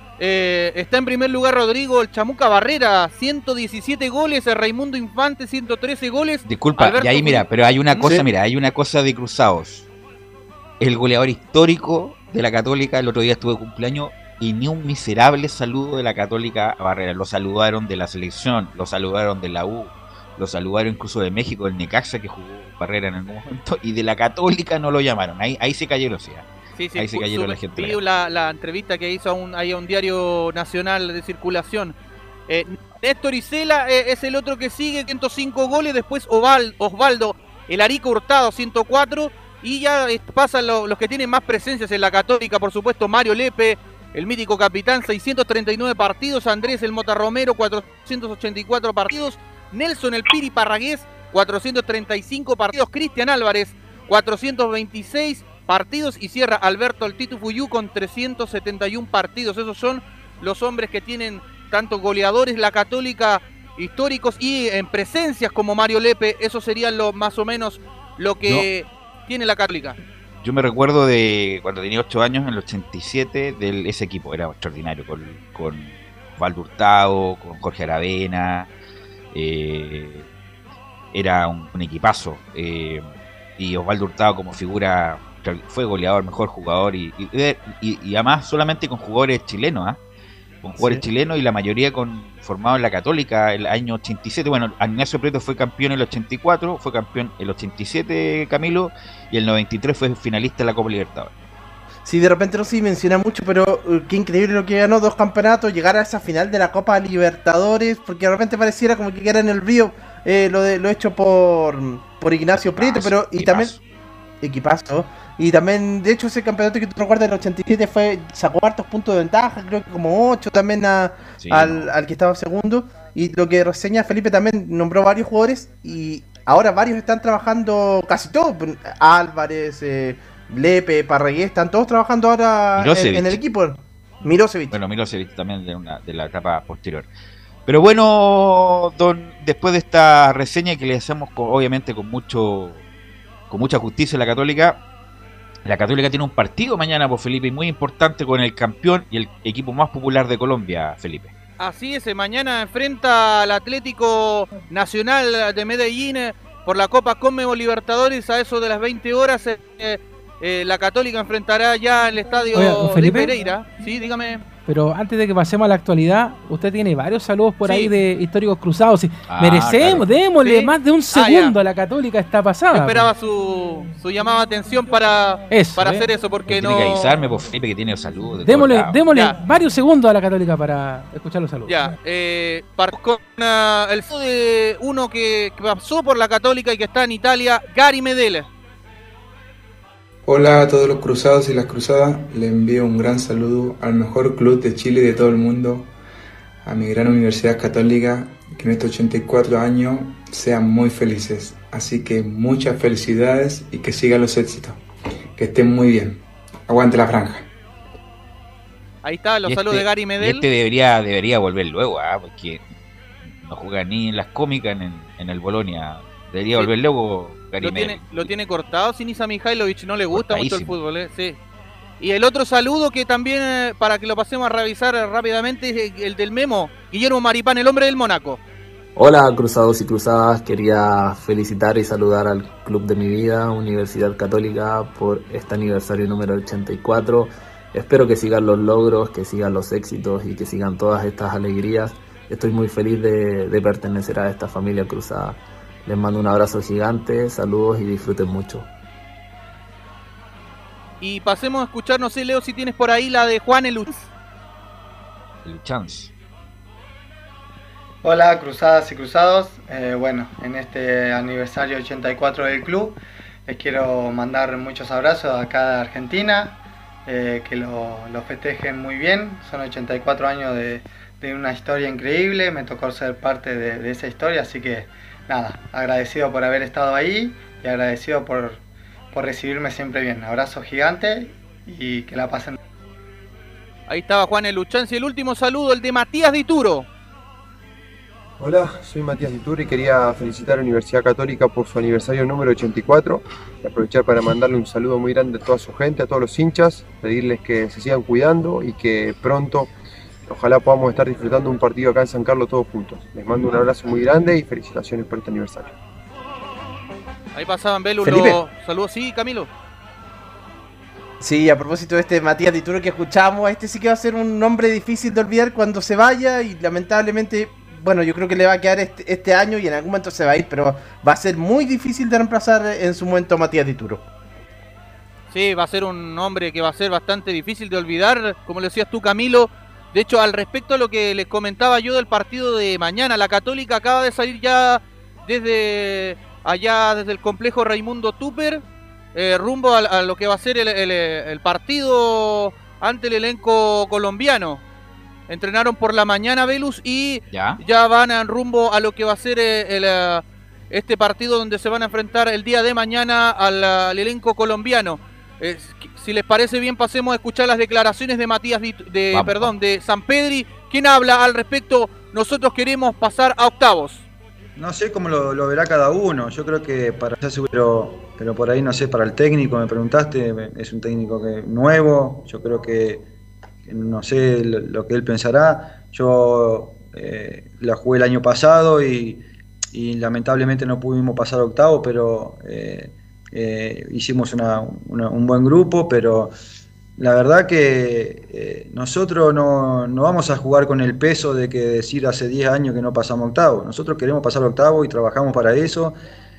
Eh, está en primer lugar Rodrigo el Chamuca Barrera, ciento diecisiete goles, el Raimundo Infante, ciento trece goles. Disculpa, Alberto, y ahí mira, pero hay una cosa, ¿sí? Mira, hay una cosa de Cruzados. El goleador histórico de la Católica, el otro día estuve de cumpleaños y ni un miserable saludo de la Católica a Barrera. Lo saludaron de la selección, lo saludaron de la U, lo saludaron incluso de México, del Necaxa que jugó Barrera en algún momento, y de la Católica no lo llamaron. Ahí, ahí se cayó la ciudad. Sí, sí, ahí se cayeron la gente. Vi la, la entrevista que hizo a un, ahí a un diario nacional de circulación. Eh, Néstor Isela eh, es el otro que sigue, ciento cinco goles. Después Oval, Osvaldo, el Arico Hurtado, ciento cuatro. Y ya eh, pasan lo, los que tienen más presencias en la Católica, por supuesto, Mario Lepe, el mítico capitán, seiscientos treinta y nueve partidos. Andrés el Mota Romero, cuatrocientos ochenta y cuatro partidos. Nelson el Piri Parragués, cuatrocientos treinta y cinco partidos. Cristian Álvarez, cuatrocientos veintiséis partidos. Y cierra Alberto el Titu Fuyú con trescientos setenta y uno partidos. Esos son los hombres que tienen tanto goleadores la Católica históricos y en presencias como Mario Lepe. Eso serían lo, más o menos lo que no. tiene la Católica. Yo me recuerdo de cuando tenía ocho años, en el ochenta y siete, de ese equipo. Era extraordinario, con, con Osvaldo Hurtado, con Jorge Aravena. Eh, era un, un equipazo. Eh, y Osvaldo Hurtado como figura fue goleador, mejor jugador. Y, y, y, y además solamente con jugadores chilenos, ¿ah? ¿eh? Con jugadores sí. chilenos, y la mayoría con formados en la Católica el año ochenta y siete. Bueno, Ignacio Prieto fue campeón en el ochenta y cuatro, fue campeón el ochenta y siete, Camilo, y el noventa y tres fue finalista de la Copa Libertadores. Sí, de repente no se menciona mucho, pero uh, qué increíble lo que ganó, dos campeonatos, llegar a esa final de la Copa Libertadores, porque de repente pareciera como que quedara en el río eh, lo de lo hecho por, por Ignacio Prieto, pero y también equipazo. Y también, de hecho, ese campeonato que tú recuerdas del ochenta y siete fue, sacó hartos puntos de ventaja, creo que como ocho también a, sí, al, no. al que estaba segundo. Y lo que reseña Felipe también nombró varios jugadores y ahora varios están trabajando, casi todos. Álvarez, eh, Lepe, Parragués, están todos trabajando ahora en, en el equipo. Mirosevic. Bueno, Mirosevic también de, una, de la etapa posterior. Pero bueno, don, después de esta reseña que le hacemos con, obviamente con mucho con mucha justicia a la Católica, la Católica tiene un partido mañana, por Felipe, muy importante con el campeón y el equipo más popular de Colombia, Felipe. Así es, mañana enfrenta al Atlético Nacional de Medellín por la Copa Conmebol Libertadores a eso de las veinte horas. Eh, eh, la Católica enfrentará ya el estadio Oye, Felipe, de Pereira. Sí, dígame. Pero antes de que pasemos a la actualidad, usted tiene varios saludos por sí. ahí de históricos cruzados. Sí. Ah, merecemos, claro. démosle sí. más de un segundo ah, a la Católica esta pasada. Yo esperaba su, su llamada de atención para, eso, para ¿eh? hacer eso, porque no... Tiene que avisarme, por Felipe, que tiene saludos. De démosle démosle varios segundos a la Católica para escuchar los saludos. Ya, eh, para, con uh, el saludo de uno que, que pasó por la Católica y que está en Italia, Gary Medel. Hola a todos los cruzados y las cruzadas, le envío un gran saludo al mejor club de Chile y de todo el mundo, a mi gran Universidad Católica, que en estos ochenta y cuatro años sean muy felices. Así que muchas felicidades y que sigan los éxitos, que estén muy bien. Aguante la franja. Ahí está, los saludos este, de Gary Medel. Este debería, debería volver luego, ¿eh? Porque no juega ni en las cómicas en, en el Bolonia. Debería sí. volver luego. Lo tiene, lo tiene cortado, Sinisa Mihailovic, no le gusta mucho el fútbol, ¿eh? Sí. Y el otro saludo que también, eh, para que lo pasemos a revisar eh, rápidamente, es el del Memo, Guillermo Maripán, el hombre del Mónaco. Hola cruzados y cruzadas, quería felicitar y saludar al club de mi vida, Universidad Católica, por este aniversario número ochenta y cuatro. Espero que sigan los logros, que sigan los éxitos y que sigan todas estas alegrías. Estoy muy feliz de, de pertenecer a esta familia cruzada. Les mando un abrazo gigante, saludos y disfruten mucho. Y pasemos a escuchar, no sé, Leo, si tienes por ahí la de Juan Eluchanz. Eluchanz. Hola, cruzadas y cruzados. Eh, bueno, en este aniversario ochenta y cuatro del club, les quiero mandar muchos abrazos acá de Argentina, eh, que lo, lo festejen muy bien. Son ochenta y cuatro años de, de una historia increíble, me tocó ser parte de, de esa historia, así que nada, agradecido por haber estado ahí y agradecido por, por recibirme siempre bien. Abrazo gigante y que la pasen. Ahí estaba Juan Eluchanz y el último saludo, el de Matías Dituro. Hola, soy Matías Dituro y quería felicitar a la Universidad Católica por su aniversario número ochenta y cuatro y aprovechar para mandarle un saludo muy grande a toda su gente, a todos los hinchas, pedirles que se sigan cuidando y que pronto ojalá podamos estar disfrutando un partido acá en San Carlos todos juntos. Les mando un abrazo muy grande y felicitaciones por este aniversario. Ahí pasaban Belu los saludos. Sí, Camilo. Sí, a propósito de este Matías Dituro que escuchamos, este sí que va a ser un nombre difícil de olvidar cuando se vaya y lamentablemente, bueno, yo creo que le va a quedar este, este año y en algún momento se va a ir, pero va a ser muy difícil de reemplazar en su momento a Matías Dituro. Sí, va a ser un nombre que va a ser bastante difícil de olvidar, como le decías tú, Camilo. De hecho, al respecto a lo que les comentaba yo del partido de mañana, la Católica acaba de salir ya desde allá, desde el complejo Raimundo Tupper, eh, rumbo a, a lo que va a ser el, el, el partido ante el elenco colombiano. Entrenaron por la mañana, Velus, y ya, ya van en rumbo a lo que va a ser el, el, este partido donde se van a enfrentar el día de mañana al, al elenco colombiano. Eh, si les parece bien, pasemos a escuchar las declaraciones de Matías de, de perdón, de Sampedri, quien habla al respecto. Nosotros queremos pasar a octavos. No sé cómo lo, lo verá cada uno. Yo creo que para pero, pero por ahí no sé, para el técnico me preguntaste, es un técnico que nuevo. Yo creo que no sé lo, lo que él pensará. Yo eh, la jugué el año pasado y, y lamentablemente no pudimos pasar a octavo, pero eh, eh, hicimos una, una, un buen grupo, pero la verdad que eh, nosotros no, no vamos a jugar con el peso de que decir hace diez años que no pasamos octavo. Nosotros queremos pasar octavo y trabajamos para eso.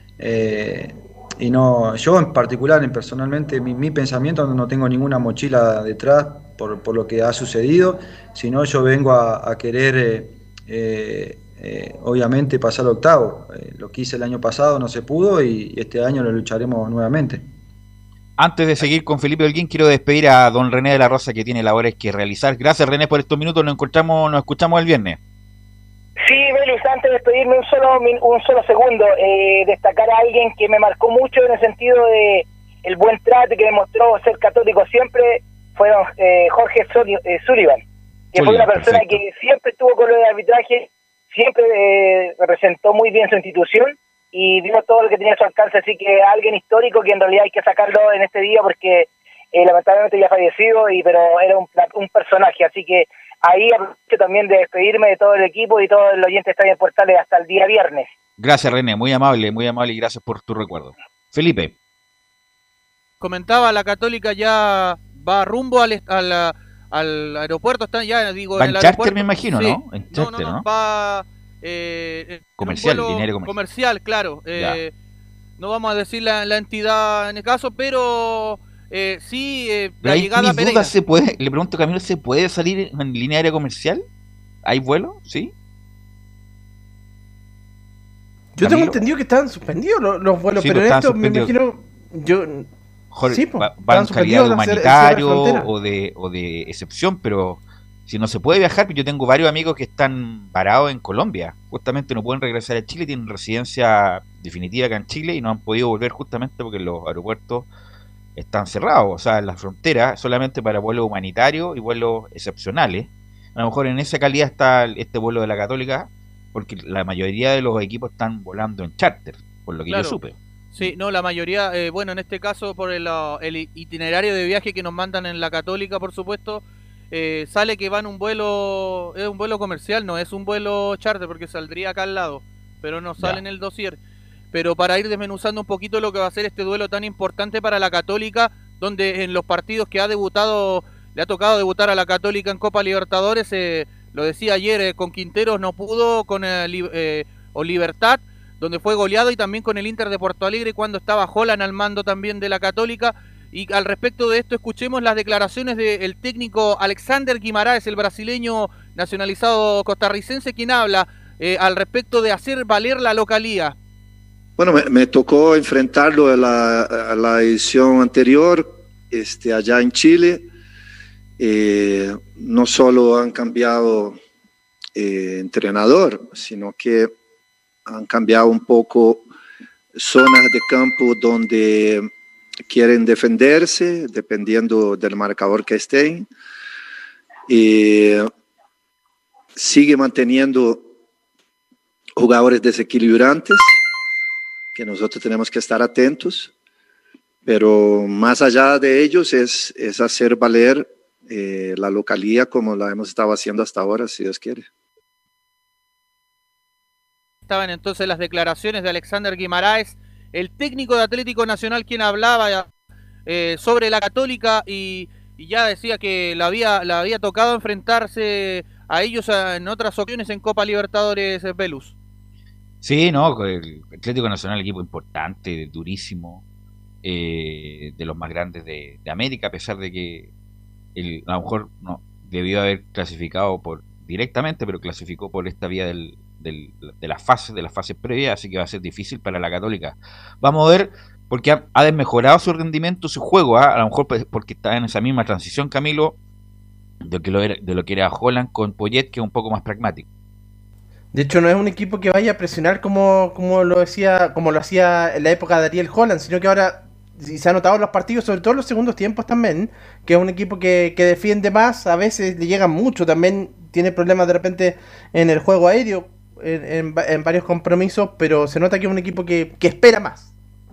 Eh, y no, yo en particular, en personalmente, mi, mi pensamiento, no tengo ninguna mochila detrás por, por lo que ha sucedido, sino yo vengo a, a querer, eh, eh, eh, obviamente, pasar octavo. Eh, lo que hice el año pasado no se pudo y este año lo lucharemos nuevamente. Antes de seguir con Felipe Holguín, quiero despedir a don René de la Rosa, que tiene labores que realizar. Gracias, René, por estos minutos. Nos encontramos, nos escuchamos el viernes. Sí, Velus, antes de despedirme un solo un solo segundo, eh, destacar a alguien que me marcó mucho en el sentido de el buen trato que demostró ser católico siempre, fue don, eh, Jorge Sullivan, eh, Sullivan, que fue una persona perfecto. Que siempre estuvo con lo de arbitraje, siempre eh, representó muy bien su institución y dio todo lo que tenía a su alcance, así que alguien histórico que en realidad hay que sacarlo en este día porque eh, lamentablemente ya ha fallecido, y pero era un, un personaje, así que ahí aprovecho también de despedirme de todo el equipo y todo el oyente está en Portales hasta el día viernes. Gracias, René, muy amable, muy amable y gracias por tu recuerdo. Felipe. Comentaba, la Católica ya va rumbo al, al, al aeropuerto, está ya, digo, va en el en charter, aeropuerto. me imagino, sí. ¿no? En charter, no, no, no, ¿no? va eh, comercial, dinero comercial. comercial, claro. Eh, no vamos a decir la, la entidad en el caso, pero eh, sí, eh, la llegada a Pereira. ¿Se puede, le pregunto, Camilo, ¿se puede salir en línea aérea comercial? ¿Hay vuelo? ¿Sí? Yo Camilo. Tengo entendido que estaban suspendidos los, los vuelos, sí, pero en esto me imagino... yo Jorge, sí, pues, va en calidad de humanitario o de, o de excepción, pero si no se puede viajar, yo tengo varios amigos que están varados en Colombia, justamente no pueden regresar a Chile, tienen residencia definitiva acá en Chile y no han podido volver justamente porque los aeropuertos están cerrados, o sea, en la frontera solamente para vuelos humanitarios y vuelos excepcionales. A lo mejor en esa calidad está este vuelo de la Católica, porque la mayoría de los equipos están volando en charter, por lo que claro. yo supe. Sí, no, la mayoría, eh, bueno, en este caso por el, el itinerario de viaje que nos mandan en la Católica, por supuesto, eh, sale que van un vuelo, es un vuelo comercial, no es un vuelo charter porque saldría acá al lado, pero no sale ya. en el dossier. Pero para ir desmenuzando un poquito lo que va a ser este duelo tan importante para la Católica, donde en los partidos que ha debutado, le ha tocado debutar a la Católica en Copa Libertadores, eh, lo decía ayer, eh, con Quinteros no pudo, con el, eh, o Libertad, donde fue goleado, y también con el Inter de Porto Alegre cuando estaba Holland al mando también de la Católica. Y al respecto de esto, escuchemos las declaraciones del técnico Alexander Guimaraes, el brasileño nacionalizado costarricense, quien habla eh, al respecto de hacer valer la localía. Bueno, me, me tocó enfrentarlo a la, a la edición anterior, este, allá en Chile. Eh, no solo han cambiado eh, entrenador, sino que han cambiado un poco zonas de campo donde quieren defenderse, dependiendo del marcador que estén. Eh, sigue manteniendo jugadores desequilibrantes, que nosotros tenemos que estar atentos, pero más allá de ellos es, es hacer valer eh, la localía como la hemos estado haciendo hasta ahora, si Dios quiere. Estaban entonces las declaraciones de Alexander Guimaraes, el técnico de Atlético Nacional, quien hablaba eh, sobre la Católica y, y ya decía que la había, la había tocado enfrentarse a ellos en otras ocasiones en Copa Libertadores, Velus. Sí, no, el Atlético Nacional, equipo importante, durísimo, eh, de los más grandes de, de América, a pesar de que el, a lo mejor no debió haber clasificado por directamente, pero clasificó por esta vía del, del, de las fases, de las fases previas, así que va a ser difícil para la Católica. Vamos a ver, porque ha, ha desmejorado su rendimiento, su juego, ¿eh? A lo mejor porque está en esa misma transición, Camilo, de, que lo era, de lo que era Holland con Poyet, que es un poco más pragmático. De hecho, no es un equipo que vaya a presionar como, como lo decía, como lo hacía en la época de Ariel Holland, sino que ahora, y se ha notado en los partidos, sobre todo en los segundos tiempos también, que es un equipo que, que defiende más, a veces le llegan mucho, también tiene problemas de repente en el juego aéreo, en, en, en varios compromisos, pero se nota que es un equipo que, que espera más.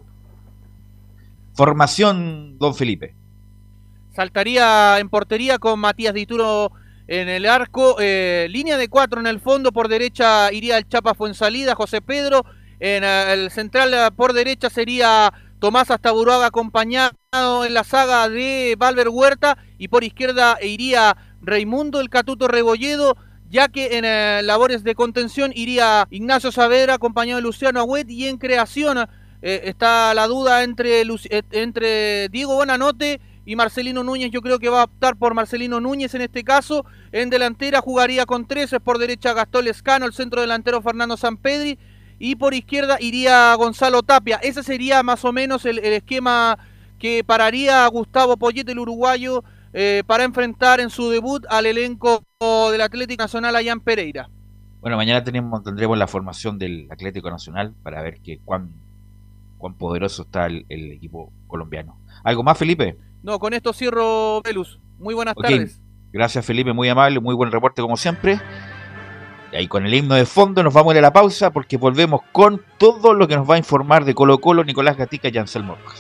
Formación, don Felipe. Saltaría en portería con Matías Dituro en el arco, eh, línea de cuatro en el fondo, por derecha iría el Chapa Fuensalida, José Pedro, en uh, el central uh, por derecha sería Tomás Astaburuaga, acompañado en la saga de Valver Huerta, y por izquierda iría Raimundo el Catuto Rebolledo, ya que en uh, labores de contención iría Ignacio Saavedra, acompañado de Luciano Agüet, y en creación eh, está la duda entre, Luci entre Diego Bonanote y Marcelino Núñez. Yo creo que va a optar por Marcelino Núñez en este caso. En delantera jugaría con tres, por derecha Gastón Lescano, el centro delantero Fernando Sampedri, y por izquierda iría Gonzalo Tapia. Ese sería más o menos el, el esquema que pararía a Gustavo Poyet, el uruguayo, eh, para enfrentar en su debut al elenco del Atlético Nacional allá en Pereira. Bueno, mañana tenemos, tendremos la formación del Atlético Nacional para ver que cuán, cuán poderoso está el, el equipo colombiano. ¿Algo más, Felipe? No, con esto cierro, Velus. Muy buenas okay. tardes. Gracias, Felipe, muy amable, muy buen reporte como siempre. Y ahí con el himno de fondo nos vamos a ir a la pausa porque volvemos con todo lo que nos va a informar de Colo Colo, Nicolás Gatica y Ansel Rojas.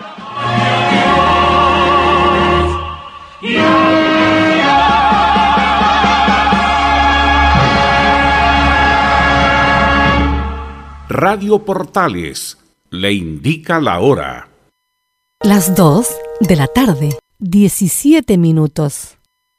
Radio Portales le indica la hora. Las dos de la tarde, diecisiete minutos.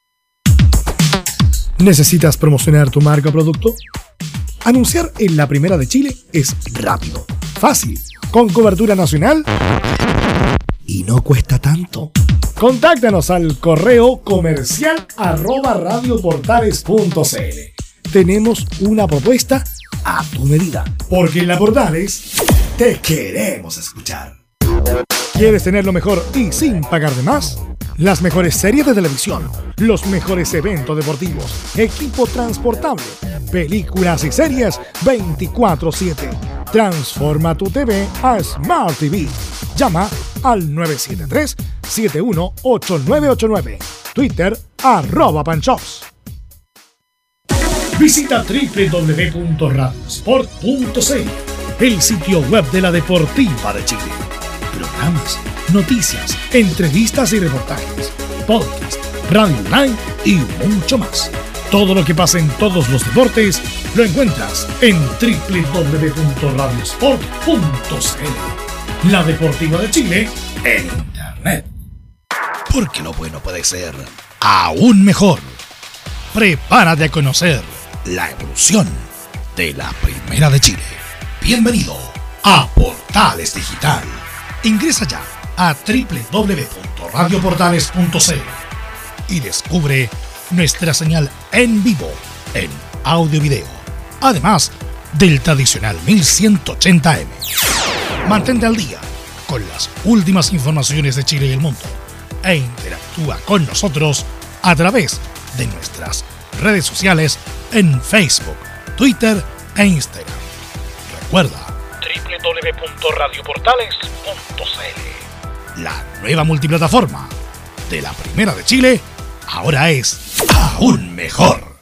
¿Necesitas promocionar tu marca o producto? Anunciar en la Primera de Chile es rápido, fácil, con cobertura nacional y no cuesta tanto. Contáctanos al correo comercial arroba radioportales punto cl. Tenemos una propuesta a tu medida, porque en la Portales te queremos escuchar. ¿Quieres tener lo mejor y sin pagar de más? Las mejores series de televisión, los mejores eventos deportivos, equipo transportable, películas y series veinticuatro siete. Transforma tu T V a Smart T V. Llama al nueve siete tres, siete uno ocho nueve ocho nueve. Twitter, arroba Panchops. Visita doble u doble u doble u punto radiosport punto cl, el sitio web de la Deportiva de Chile. Programas, noticias, entrevistas y reportajes, podcast, radio online y mucho más. Todo lo que pasa en todos los deportes lo encuentras en doble u doble u doble u punto radiosport punto cl. La Deportiva de Chile en Internet. Porque lo bueno puede ser aún mejor. Prepárate a conocer la evolución de la Primera de Chile. Bienvenido a Portales Digital. Ingresa ya a doble u doble u doble u punto radioportales punto cl y descubre nuestra señal en vivo en audio y video, además del tradicional mil ciento ochenta eme. Mantente al día con las últimas informaciones de Chile y el mundo e interactúa con nosotros a través de nuestras redes sociales en Facebook, Twitter e Instagram. Recuerda doble u doble u doble u punto radioportales punto cl. La nueva multiplataforma de la Primera de Chile ahora es aún mejor.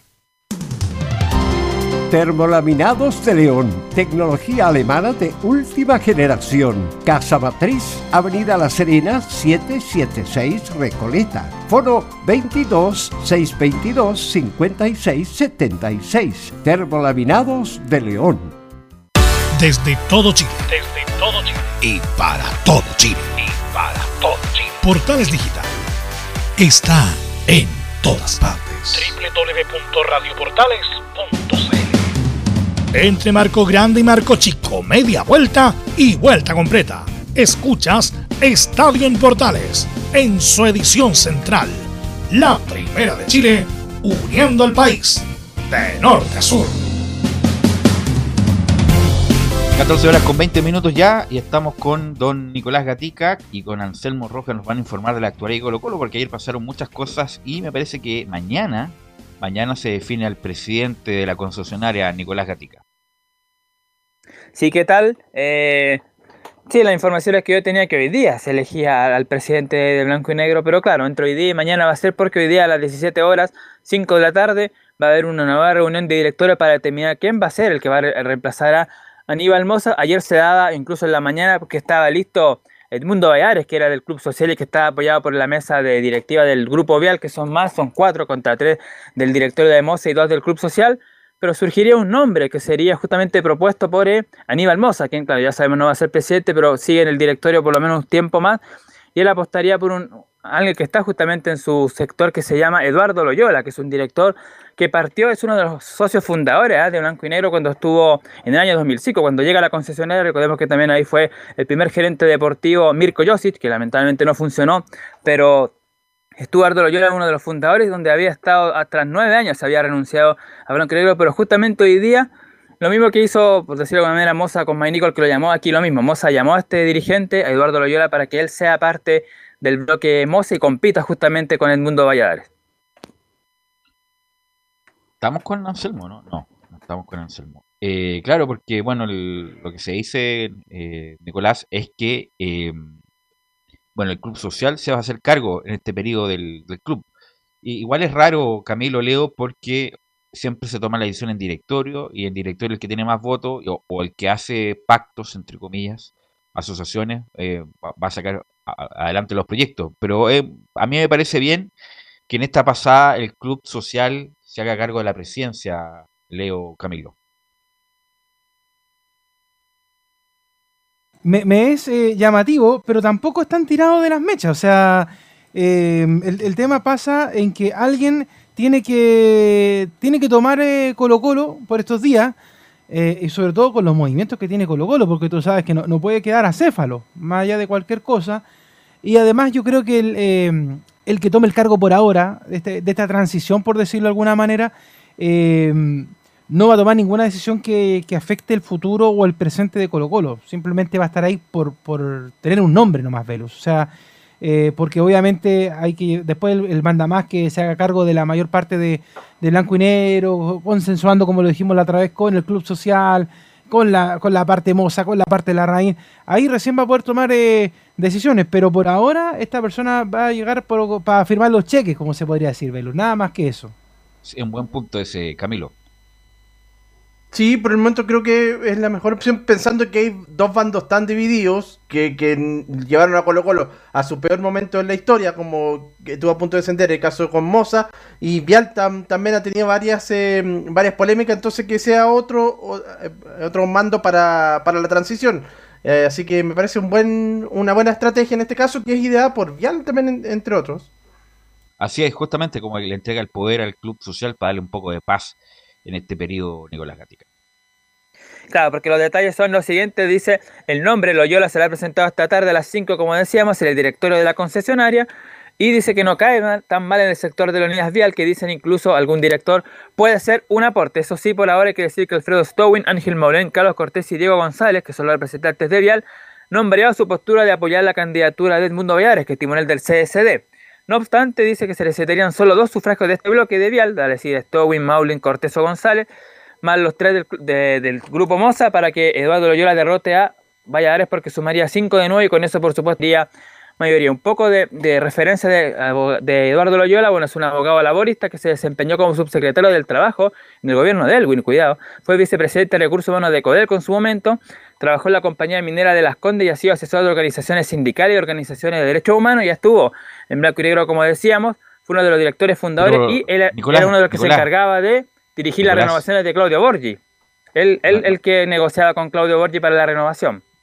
Termolaminados de León, tecnología alemana de última generación. Casa Matriz, Avenida La Serena, setecientos setenta y seis Recoleta. Foro veintidós, seiscientos veintidós, cincuenta y seis setenta y seis. Termolaminados de León. Desde todo Chile. Desde todo Chile. Y para todo Chile. Y para todo Chile. Portales Digital está en todas partes. doble u doble u doble u punto radio portales punto c l. Entre marco grande y marco chico, media vuelta y vuelta completa. Escuchas Estadio en Portales en su edición central. La primera de Chile, uniendo al país de norte a sur. catorce horas con veinte minutos ya y estamos con don Nicolás Gatica y con Anselmo Rojas. Nos van a informar de la actualidad de Colo Colo porque ayer pasaron muchas cosas y me parece que mañana mañana se define al presidente de la concesionaria, Nicolás Gatica. Sí, ¿qué tal? Eh, sí, la información es que yo tenía que hoy día se elegía al presidente de Blanco y Negro, pero claro, entre hoy día y mañana va a ser porque hoy día a las diecisiete horas, cinco de la tarde, va a haber una nueva reunión de directores para determinar quién va a ser el que va a re- reemplazar a Aníbal Mosa. Ayer se daba, incluso en la mañana, porque estaba listo Edmundo Vallares, que era del Club Social y que estaba apoyado por la mesa de directiva del Grupo Vial, que son más, son cuatro contra tres del directorio de Mosa y dos del Club Social, pero surgiría un nombre que sería justamente propuesto por eh, Aníbal Mosa, quien, claro, ya sabemos no va a ser presidente, pero sigue en el directorio por lo menos un tiempo más, y él apostaría por un alguien que está justamente en su sector, que se llama Eduardo Loyola, que es un director que partió, es uno de los socios fundadores ¿eh? de Blanco y Negro cuando estuvo en el año dos mil cinco, cuando llega a la concesionaria. Recordemos que también ahí fue el primer gerente deportivo Mirko Josic, que lamentablemente no funcionó, pero Eduardo Loyola es uno de los fundadores, donde había estado hasta nueve años, se había renunciado a Blanco y Negro, pero justamente hoy día, lo mismo que hizo, por decirlo de alguna manera, Mosa con Mike Nicol, que lo llamó aquí lo mismo. Mosa llamó a este dirigente, a Eduardo Loyola, para que él sea parte del bloque Mosa y compita justamente con Edmundo Valladares. ¿Estamos con Anselmo, no? No, no estamos con Anselmo. Eh, claro, porque bueno, el- lo que se dice, eh, Nicolás, es que eh, bueno, el Club Social se va a hacer cargo en este periodo del, del club. Y igual es raro, Camilo, Leo, porque siempre se toma la decisión en directorio y en directorio el que tiene más votos o, o el que hace pactos, entre comillas, asociaciones, eh, va, va a sacar a- adelante los proyectos. Pero eh, a mí me parece bien que en esta pasada el Club Social se haga cargo de la presidencia, Leo, Camilo. Me, me es eh, llamativo, pero tampoco están tirados de las mechas. O sea, eh, el, el tema pasa en que alguien tiene que, tiene que tomar eh, Colo Colo por estos días, eh, y sobre todo con los movimientos que tiene Colo Colo, porque tú sabes que no, no puede quedar acéfalo, más allá de cualquier cosa. Y además yo creo que el, eh, el que tome el cargo por ahora, de, este- de esta transición, por decirlo de alguna manera, eh, no va a tomar ninguna decisión que, que afecte el futuro o el presente de Colo Colo. Simplemente va a estar ahí por, por tener un nombre nomás, Velus. O sea, eh, porque obviamente hay que, después el, el mandamás que se haga cargo de la mayor parte de, de Blanco y Negro, consensuando, como lo dijimos la otra vez, con el Club Social, con la, con la parte Moza, con la parte de la Raíz. Ahí recién va a poder tomar eh, decisiones, pero por ahora esta persona va a llegar por- para firmar los cheques, como se podría decir, Velus. Nada más que eso. Es un buen punto ese, Camilo. Sí, por el momento creo que es la mejor opción, pensando que hay dos bandos tan divididos que, que n- llevaron a Colo Colo a su peor momento en la historia, como que estuvo a punto de descender el caso con Moza, y Vial tam- también ha tenido varias eh, varias polémicas, entonces que sea otro o- eh, otro mando para, para la transición. Eh, así que me parece un buen una buena estrategia en este caso, que es ideada por Vial también, en- entre otros. Así es, justamente como le entrega el poder al Club Social para darle un poco de paz en este periodo, Nicolás Gatica. Claro, porque los detalles son los siguientes. Dice, el nombre Loyola será presentado esta tarde a las cinco, como decíamos, en el directorio de la concesionaria. Y dice que no cae mal- tan mal en el sector de la unidad vial, que dicen incluso algún director puede ser un aporte. Eso sí, por ahora hay que decir que Alfredo Stowin, Ángel Maurén, Carlos Cortés y Diego González, que son los representantes de Vial, no han variado su postura de apoyar la candidatura de Edmundo Valladares, que es timonel del C S D. No obstante, dice que se necesitarían solo dos sufragios de este bloque de Vial, es decir, Stowin, Maulin, Cortés o González, más los tres del, de- del grupo Moza, para que Eduardo Loyola derrote a Valladares, porque sumaría cinco de nuevo y con eso, por supuesto, sería mayoría. Un poco de, de referencia de, de Eduardo Loyola. Bueno, es un abogado laborista que se desempeñó como subsecretario del Trabajo en el gobierno de Elwin, cuidado. Fue vicepresidente de Recursos Humanos de Codelco en su momento. Trabajó en la compañía minera de Las Condes y ha sido asesor de organizaciones sindicales y organizaciones de derechos humanos. Ya estuvo en Blanco y Negro, como decíamos. Fue uno de los directores fundadores. Pero, y él Nicolás, era uno de los que Nicolás. se encargaba de dirigir las Nicolás. renovaciones de Claudio Borgi. Él, él el que negociaba con Claudio Borgi para la renovación.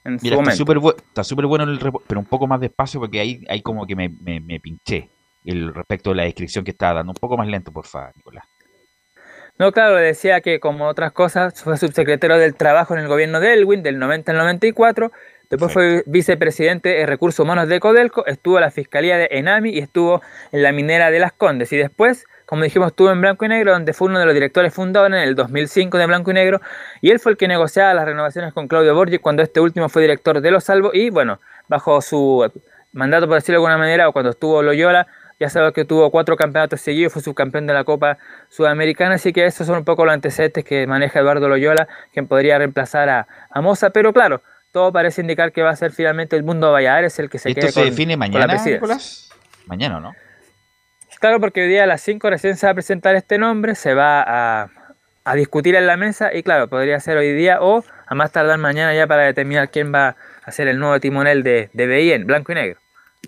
en Mira, su está momento. súper bu está súper bueno el repo- pero un poco más despacio porque ahí, ahí como que me, me, me pinché el respecto de la descripción que estaba dando. Un poco más lento, por favor, Nicolás. No, claro, decía que como otras cosas fue subsecretario del Trabajo en el gobierno de Elwin del noventa al noventa y cuatro, después fue vicepresidente de Recursos Humanos de Codelco, estuvo en la Fiscalía de Enami y estuvo en la minera de Las Condes y después, como dijimos, estuvo en Blanco y Negro, donde fue uno de los directores fundadores en el dos mil cinco de Blanco y Negro y él fue el que negociaba las renovaciones con Claudio Borgi cuando este último fue director de Los Salvos y bueno, bajo su mandato, por decirlo de alguna manera, o cuando estuvo Loyola, ya sabes que tuvo cuatro campeonatos seguidos, fue subcampeón de la Copa Sudamericana, así que esos son un poco los antecedentes que maneja Eduardo Loyola, quien podría reemplazar a, a Moza, pero claro, todo parece indicar que va a ser finalmente el Mundo Valladares el que se ¿Esto quede se con, define con la mañana, presidencia. Nicolás? Mañana, ¿no? Claro, porque hoy día a las cinco recién se va a presentar este nombre, se va a, a discutir en la mesa y claro, podría ser hoy día o a más tardar mañana ya para determinar quién va a ser el nuevo timonel de, de B I N, Blanco y Negro.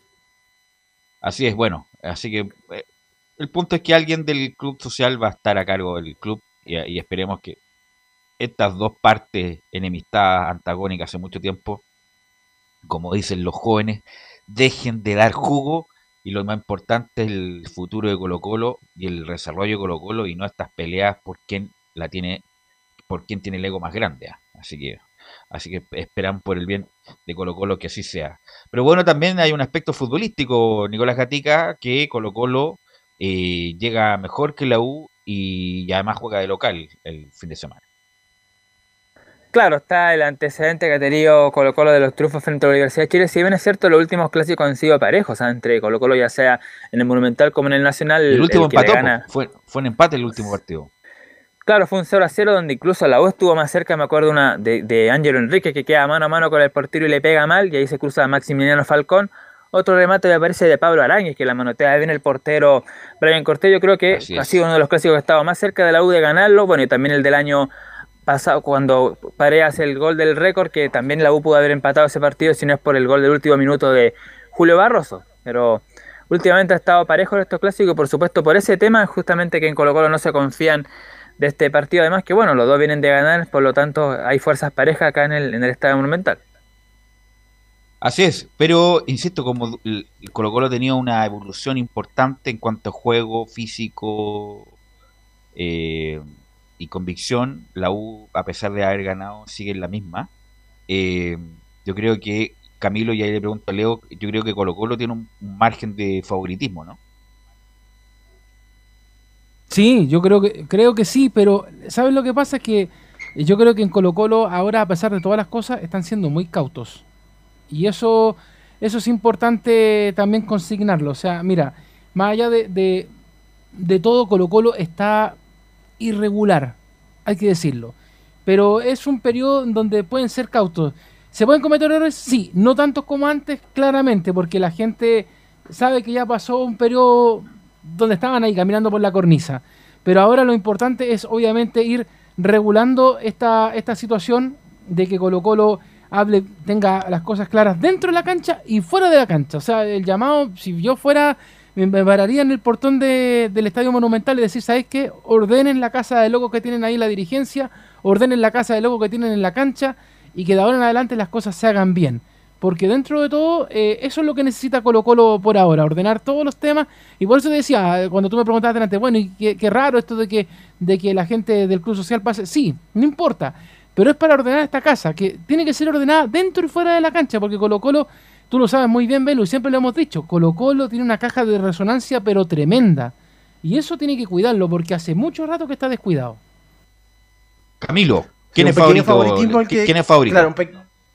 Así es, bueno, así que eh, el punto es que alguien del club social va a estar a cargo del club y, y esperemos que estas dos partes enemistadas, antagónicas hace mucho tiempo, como dicen los jóvenes, dejen de dar jugo y lo más importante es el futuro de Colo-Colo y el desarrollo de Colo-Colo y no estas peleas por quién la tiene, por quién tiene el ego más grande. ¿eh? Así que Así que esperan por el bien de Colo-Colo que así sea. Pero bueno, también hay un aspecto futbolístico, Nicolás Gatica, que Colo-Colo eh, llega mejor que la U y, y además juega de local el fin de semana. Claro, está el antecedente que ha tenido Colo-Colo de los triunfos frente a la Universidad de Chile. Si bien es cierto, los últimos clásicos han sido parejos, ¿eh? Entre Colo-Colo ya sea en el Monumental como en el Nacional. El último el que le empató, gana... fue, fue un empate el último partido. Claro, fue un cero a cero donde incluso la U estuvo más cerca, me acuerdo una de, de Ángelo Enrique que queda mano a mano con el portero y le pega mal y ahí se cruza a Maximiliano Falcón. Otro remate me parece de Pablo Arañez que la manotea bien el portero Brian Cortés. Yo creo que ha sido uno de los clásicos que ha estado más cerca de la U de ganarlo. Bueno, y también el del año pasado cuando Paredes hace el gol del récord, que también la U pudo haber empatado ese partido si no es por el gol del último minuto de Julio Barroso. Pero últimamente ha estado parejo en estos clásicos y por supuesto por ese tema justamente que en Colo-Colo no se confían de este partido, además que bueno, los dos vienen de ganar, por lo tanto hay fuerzas parejas acá en el, en el Estadio Monumental. Así es, pero insisto, como el Colo-Colo ha tenido una evolución importante en cuanto a juego físico eh, y convicción, la U, a pesar de haber ganado, sigue en la misma. Eh, yo creo que Camilo, y ahí le pregunto a Leo, yo creo que Colo-Colo tiene un, un margen de favoritismo, ¿no? Sí, yo creo que creo que sí, pero ¿sabes lo que pasa? Es que yo creo que en Colo-Colo ahora, a pesar de todas las cosas, están siendo muy cautos. Y eso eso es importante también consignarlo. O sea, mira, más allá de, de, de todo, Colo-Colo está irregular, hay que decirlo. Pero es un periodo en donde pueden ser cautos. ¿Se pueden cometer errores? Sí, no tantos como antes, claramente, porque la gente sabe que ya pasó un periodo donde estaban ahí caminando por la cornisa. Pero ahora lo importante es obviamente ir regulando esta, esta situación de que Colo-Colo hable, tenga las cosas claras dentro de la cancha y fuera de la cancha. O sea, el llamado, si yo fuera, me, me pararía en el portón de, del Estadio Monumental y decir, ¿sabes qué? Ordenen la casa de locos que tienen ahí la dirigencia, ordenen la casa de locos que tienen en la cancha y que de ahora en adelante las cosas se hagan bien. Porque dentro de todo, eh, eso es lo que necesita Colo-Colo por ahora, ordenar todos los temas. Y por eso te decía, cuando tú me preguntabas delante, bueno, y qué, qué raro esto de que, de que la gente del Club Social pase. Sí, no importa, pero es para ordenar esta casa, que tiene que ser ordenada dentro y fuera de la cancha, porque Colo-Colo, tú lo sabes muy bien, Belu, y siempre lo hemos dicho, Colo-Colo tiene una caja de resonancia, pero tremenda. Y eso tiene que cuidarlo, porque hace mucho rato que está descuidado. Camilo, ¿quién Sí, es un pequeño favorito? favoritismo que- ¿Quién es favorito? Claro, un pe-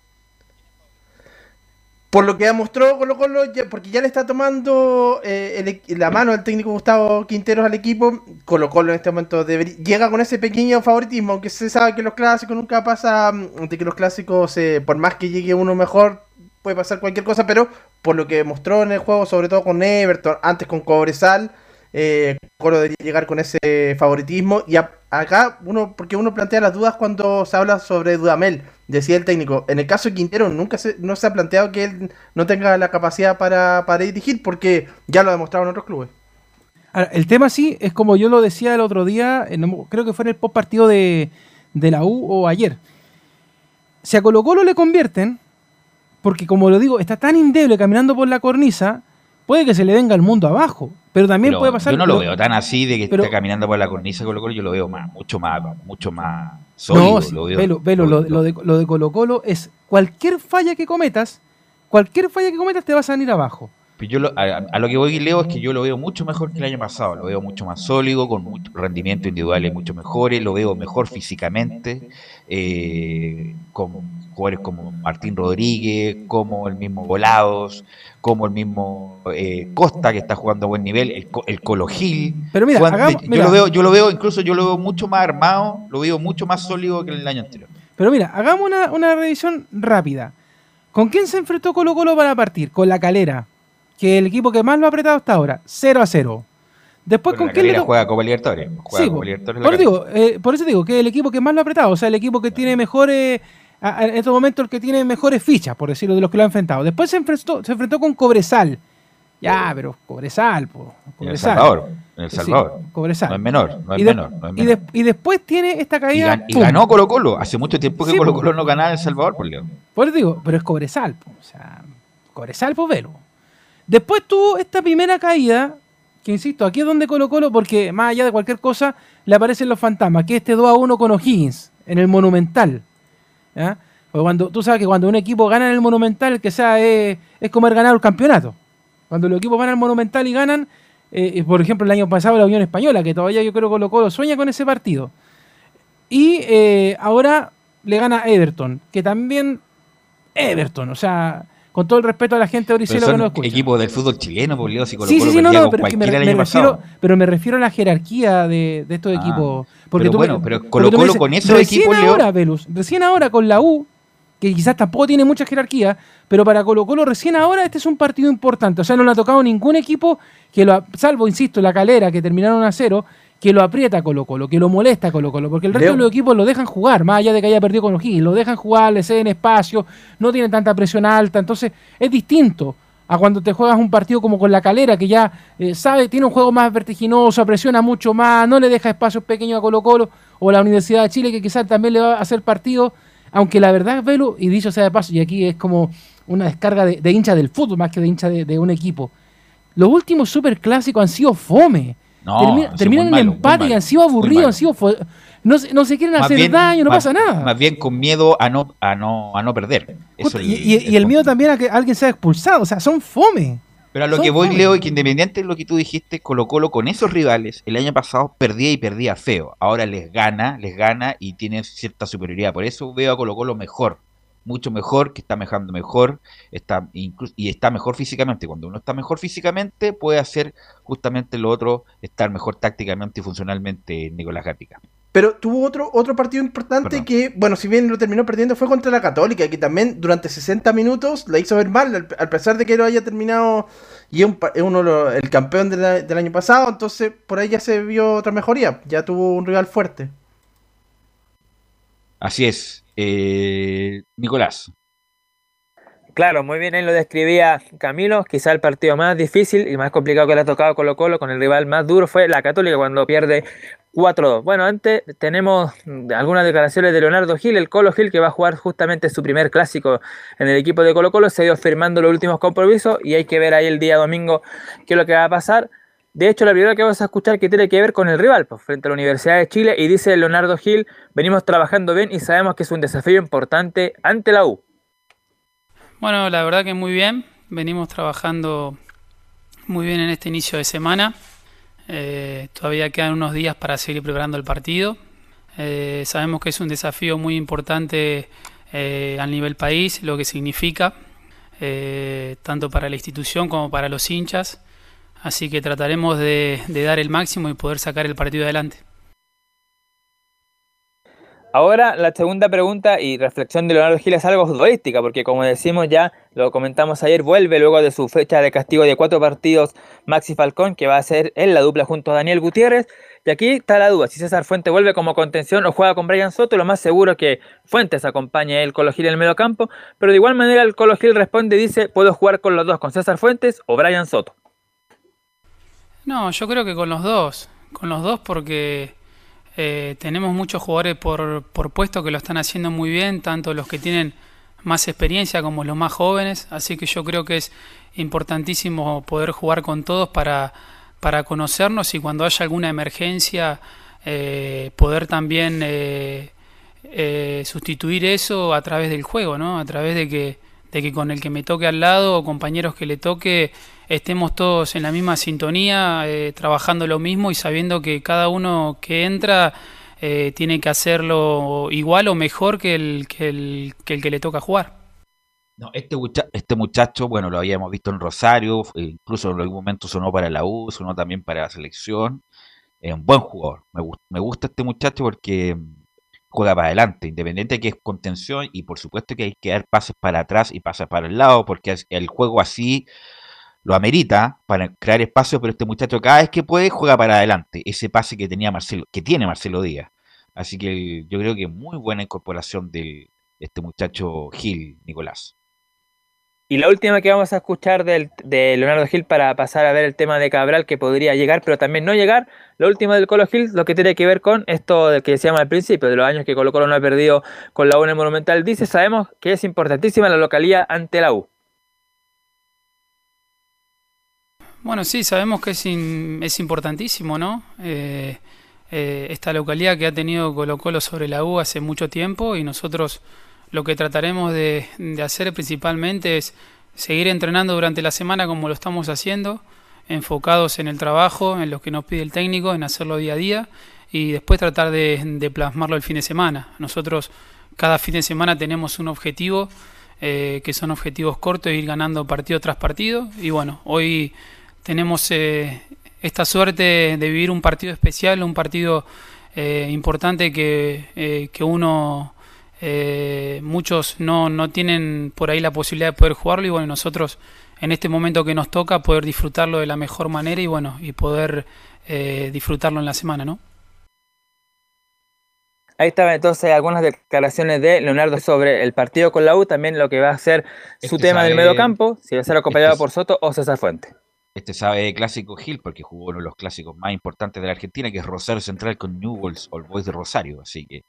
Por lo que demostró Colo-Colo, ya- porque ya le está tomando eh, el equ- la mano al técnico Gustavo Quinteros al equipo, Colo-Colo en este momento debería- llega con ese pequeño favoritismo, aunque se sabe que los clásicos nunca pasa, mm, de que los clásicos, eh, por más que llegue uno mejor, puede pasar cualquier cosa, pero por lo que demostró en el juego, sobre todo con Everton, antes con Cobresal, eh, Colo debería llegar con ese favoritismo. Y a- acá, uno porque uno plantea las dudas cuando se habla sobre Dudamel. Decía el técnico, en el caso de Quintero nunca se, no se ha planteado que él no tenga la capacidad para, para dirigir, porque ya lo ha demostrado en otros clubes. Ahora, el tema sí es como yo lo decía el otro día, en- creo que fue en el post partido de, de la U o ayer. Si a Colo-Colo le convierten, porque como lo digo, está tan endeble caminando por la cornisa, puede que se le venga el mundo abajo. Pero también Pero puede pasar... yo no lo pero- veo tan así de que pero- está caminando por la cornisa Colo Colo, yo lo veo más, mucho más, mucho más sólido. No, sí, lo veo, velo, velo, lo, lo de, lo de Colo Colo es cualquier falla que cometas, cualquier falla que cometas te vas a venir abajo. Pero yo lo- a, a lo que voy, Leo, es que yo lo veo mucho mejor que el año pasado. Lo veo mucho más sólido, con mucho rendimiento individuales mucho mejores. Lo veo mejor físicamente, eh, con jugadores como Martín Rodríguez, como el mismo Volados, como el mismo eh, Costa, que está jugando a buen nivel, el, Co- el Colo Gil. Pero mira, Jugando- hagamos- yo mira. lo veo, yo lo veo, incluso yo lo veo mucho más armado, lo veo mucho más sólido que el año anterior. Pero mira, hagamos una, una revisión rápida. ¿Con quién se enfrentó Colo Colo para partir? Con La Calera, que es el equipo que más lo ha apretado hasta ahora, cero a cero. Después, Bueno, ¿con la quién le Calera tocó? juega Copa Libertadores. Juega Sí, Copa po. Libertadores la por, Calera. digo, eh, por eso digo que es el equipo que más lo ha apretado, o sea, el equipo que tiene mejores, a- a- en estos momentos el que tiene mejores fichas, por decirlo, de los que lo ha enfrentado. Después se enfrentó, se enfrentó con Cobresal. Ya, pero Cobresal, po, En El Cobresal. Salvador. En El Sí, Salvador. Cobresal. No es menor, no es Y de- menor. No es y, menor. de- y después tiene esta Y, caída. gan- y ¡pum! ganó Colo Colo. Hace mucho tiempo que Sí, Colo po. Colo no ganaba en El Salvador, por Leo. Por eso digo, pero es Cobresal, po, o sea, Cobresal, pues velo. Después tuvo esta primera caída, que insisto, aquí es donde Colo Colo, porque más allá de cualquier cosa, le aparecen los fantasmas, que es este dos a uno con O'Higgins, en el Monumental. ¿Ya? Porque cuando, tú sabes que cuando un equipo gana en el Monumental, el que sea, es, es como haber ganado el campeonato. Cuando los equipos van al Monumental y ganan, eh, por ejemplo, el año pasado la Unión Española, que todavía yo creo que Colo Colo sueña con ese partido. Y eh, ahora le gana a Everton, que también Everton, o sea, con todo el respeto a la gente de Pero Oricelo que son nos escucha. equipos del fútbol chileno, por Leo. Si Colo Sí, Colo sí, sí, no, perdía no, con pero es que me, cualquiera el me año refiero, pasado. pero me refiero a la jerarquía de, de estos Ah, equipos. pero tú bueno, me- pero porque Colo tú me Colo dices, con esos recién equipos, Leo- ahora, Velus, recién ahora con la U, que quizás tampoco tiene mucha jerarquía, pero para Colo Colo recién ahora este es un partido importante. O sea, no le ha tocado ningún equipo que lo, ha- salvo, insisto, la Calera, que terminaron a cero, que lo aprieta a Colo Colo, que lo molesta a Colo Colo, porque el resto Leo- de los equipos lo dejan jugar, más allá de que haya perdido con O'Higgins, lo dejan jugar, le ceden espacio, no tienen tanta presión alta, entonces es distinto a cuando te juegas un partido como con la Calera, que ya eh, sabe, tiene un juego más vertiginoso, presiona mucho más, no le deja espacios pequeños a Colo Colo, o la Universidad de Chile, que quizás también le va a hacer partido, aunque la verdad, Velo, y dicho sea de paso, y aquí es como una descarga de, de hincha del fútbol más que de hincha de, de un equipo, los últimos superclásicos han sido fome. No, Termina- han sido terminan muy en malos, muy empate y malos, han sido muy aburridos, malos. han sido fo- no, se- no se quieren Más hacer bien- daño, no más- pasa nada. Más bien con miedo a no, a no, a no perder. Eso Justo, es y, el- y- y el miedo también a que alguien sea expulsado, o sea, son fome. Pero a lo Son que voy, fome. Leo, es que independiente de lo que tú dijiste, Colo Colo con esos rivales, el año pasado perdía y perdía feo. Ahora les gana, les gana y tiene cierta superioridad. Por eso veo a Colo Colo mejor, mucho mejor, que está mejorando mejor, está incluso, y está mejor físicamente. Cuando uno está mejor físicamente, puede hacer justamente lo otro, estar mejor tácticamente y funcionalmente, Nicolás Gatica. Pero tuvo otro, otro partido importante Perdón. que, bueno, si bien lo terminó perdiendo, fue contra la Católica, que también durante sesenta minutos la hizo ver mal, al, al pesar de que lo haya terminado y es, un pa- es uno de los- el campeón de la- del año pasado, entonces por ahí ya se vio otra mejoría, ya tuvo un rival fuerte. Así es. Eh, Nicolás. Claro, muy bien él lo describía Camilo, quizá el partido más difícil y más complicado que le ha tocado a Colo Colo con el rival más duro fue la Católica cuando pierde cuatro dos. Bueno, antes tenemos mm, algunas declaraciones de Leonardo Gil, el Colo Gil, que va a jugar justamente su primer clásico en el equipo de Colo Colo, se ha ido firmando los últimos compromisos y hay que ver ahí el día domingo qué es lo que va a pasar. De hecho, la primera que vamos a escuchar que tiene que ver con el rival, pues, frente a la Universidad de Chile, y dice Leonardo Gil, venimos trabajando bien y sabemos que es un desafío importante ante la U. Bueno, la verdad que muy bien. Venimos trabajando muy bien en este inicio de semana. Eh, todavía quedan unos días para seguir preparando el partido. Eh, sabemos que es un desafío muy importante eh, a nivel país, lo que significa, eh, tanto para la institución como para los hinchas. Así que trataremos de, de dar el máximo y poder sacar el partido adelante. Ahora la segunda pregunta y reflexión de Leonardo Gil es algo futbolística, porque como decimos ya, lo comentamos ayer, vuelve luego de su fecha de castigo de cuatro partidos Maxi Falcón, que va a ser en la dupla junto a Daniel Gutiérrez. Y aquí está la duda, si César Fuentes vuelve como contención o juega con Brian Soto, lo más seguro es que Fuentes acompañe a él Colo Gil en el medio campo, pero de igual manera el Colo Gil responde y dice, puedo jugar con los dos, con César Fuentes o Brian Soto. No, yo creo que con los dos, con los dos porque eh, tenemos muchos jugadores por, por puesto que lo están haciendo muy bien, tanto los que tienen más experiencia como los más jóvenes, así que yo creo que es importantísimo poder jugar con todos para, para conocernos y cuando haya alguna emergencia eh, poder también eh, eh, sustituir eso a través del juego, ¿no? A través de que, de que con el que me toque al lado o compañeros que le toque estemos todos en la misma sintonía, eh, trabajando lo mismo y sabiendo que cada uno que entra eh, tiene que hacerlo igual o mejor que el que, el, que, el que le toca jugar. No, este, mucha este muchacho, bueno, lo habíamos visto en Rosario, incluso en algún momento sonó para la U, sonó también para la selección. Es un buen jugador. Me, gust me gusta este muchacho porque juega para adelante, independiente de que es contención y por supuesto que hay que dar pases para atrás y pases para el lado, porque el juego así lo amerita para crear espacio, pero este muchacho cada vez que puede juega para adelante, ese pase que tenía Marcelo, que tiene Marcelo Díaz. Así que yo creo que muy buena incorporación de este muchacho Gil, Nicolás. Y la última que vamos a escuchar del, de Leonardo Gil para pasar a ver el tema de Cabral que podría llegar, pero también no llegar. La última del Colo Gil, lo que tiene que ver con esto del que decíamos al principio, de los años que Colo Colo no ha perdido con la U en el Monumental. Dice, sabemos que es importantísima la localía ante la U. Bueno, sí, sabemos que es, in, es importantísimo, ¿no? Eh, eh, esta localidad que ha tenido Colo Colo sobre la U hace mucho tiempo y nosotros lo que trataremos de, de hacer principalmente es seguir entrenando durante la semana como lo estamos haciendo, enfocados en el trabajo, en lo que nos pide el técnico, en hacerlo día a día y después tratar de, de plasmarlo el fin de semana. Nosotros cada fin de semana tenemos un objetivo, eh, que son objetivos cortos, ir ganando partido tras partido y bueno, hoy tenemos eh, esta suerte de vivir un partido especial, un partido eh, importante que, eh, que uno... Eh, muchos no, no tienen por ahí la posibilidad de poder jugarlo y bueno, nosotros en este momento que nos toca poder disfrutarlo de la mejor manera y bueno, y poder eh, disfrutarlo en la semana, ¿no? Ahí estaban entonces algunas declaraciones de Leonardo sobre el partido con la U, también lo que va a ser su Este tema sabe, del mediocampo, si va a ser acompañado este, por Soto o César Fuentes. Este sabe clásico Gil porque jugó uno de los clásicos más importantes de la Argentina, que es Rosario Central con Newell's Old Boys de Rosario, así que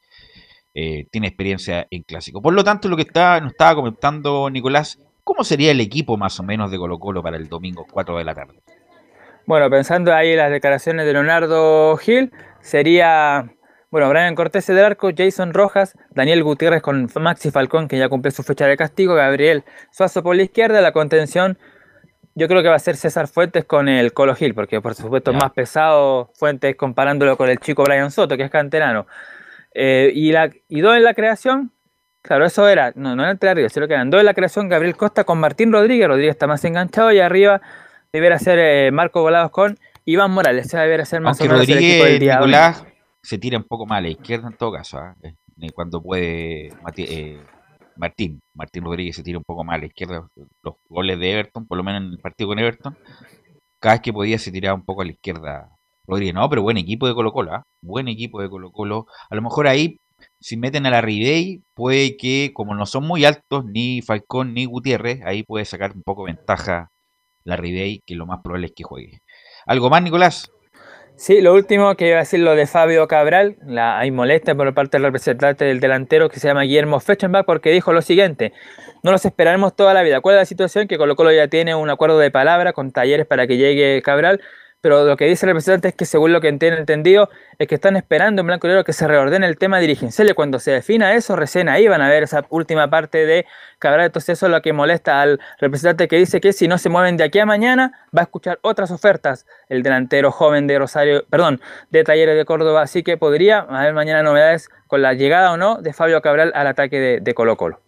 Eh, tiene experiencia en clásico. Por lo tanto, lo que está, nos estaba comentando Nicolás, ¿cómo sería el equipo más o menos de Colo Colo para el domingo cuatro de la tarde? Bueno, pensando ahí en las declaraciones de Leonardo Gil, sería, bueno, Brian Cortés del arco, Jason Rojas, Daniel Gutiérrez con Maxi Falcón, que ya cumplió su fecha de castigo, Gabriel Suazo por la izquierda, la contención, yo creo que va a ser César Fuentes con el Colo Gil, porque por supuesto es más pesado Fuentes comparándolo con el chico Brian Soto, que es canterano. Eh, y, la, y dos en la creación, claro, eso era, no, no era entre arriba, sino que eran dos en la creación, Gabriel Costa con Martín Rodríguez, Rodríguez está más enganchado y arriba debería ser eh, Marco Volados con Iván Morales, ese debería ser más Aunque o menos Rodríguez, el equipo del día. Nicolás se tira un poco más a la izquierda en todo caso, ¿eh? Cuando puede Mati, eh, Martín, Martín Rodríguez se tira un poco más a la izquierda, los goles de Everton, por lo menos en el partido con Everton, cada vez que podía se tiraba un poco a la izquierda. Rodríguez, no, pero buen equipo de Colo Colo, ¿eh? Buen equipo de Colo Colo. A lo mejor ahí, si meten a la Ribey, puede que, como no son muy altos, ni Falcón ni Gutiérrez, ahí puede sacar un poco ventaja la Ribey, que lo más probable es que juegue. ¿Algo más, Nicolás? Sí, lo último que iba a decir lo de Fabio Cabral, la, hay molestia por parte del representante del delantero que se llama Guillermo Fechenbach porque dijo lo siguiente: no nos esperaremos toda la vida. ¿Cuál es la situación? Que Colo Colo ya tiene un acuerdo de palabra con Talleres para que llegue Cabral, pero lo que dice el representante es que según lo que tiene entendido es que están esperando en blanco y negro que se reordene el tema dirigencial y cuando se defina eso recién ahí van a ver esa última parte de Cabral. Entonces eso es lo que molesta al representante, que dice que si no se mueven de aquí a mañana va a escuchar otras ofertas el delantero joven de Rosario, perdón, de Talleres de Córdoba, así que podría haber mañana novedades con la llegada o no de Fabio Cabral al ataque de, de Colo Colo.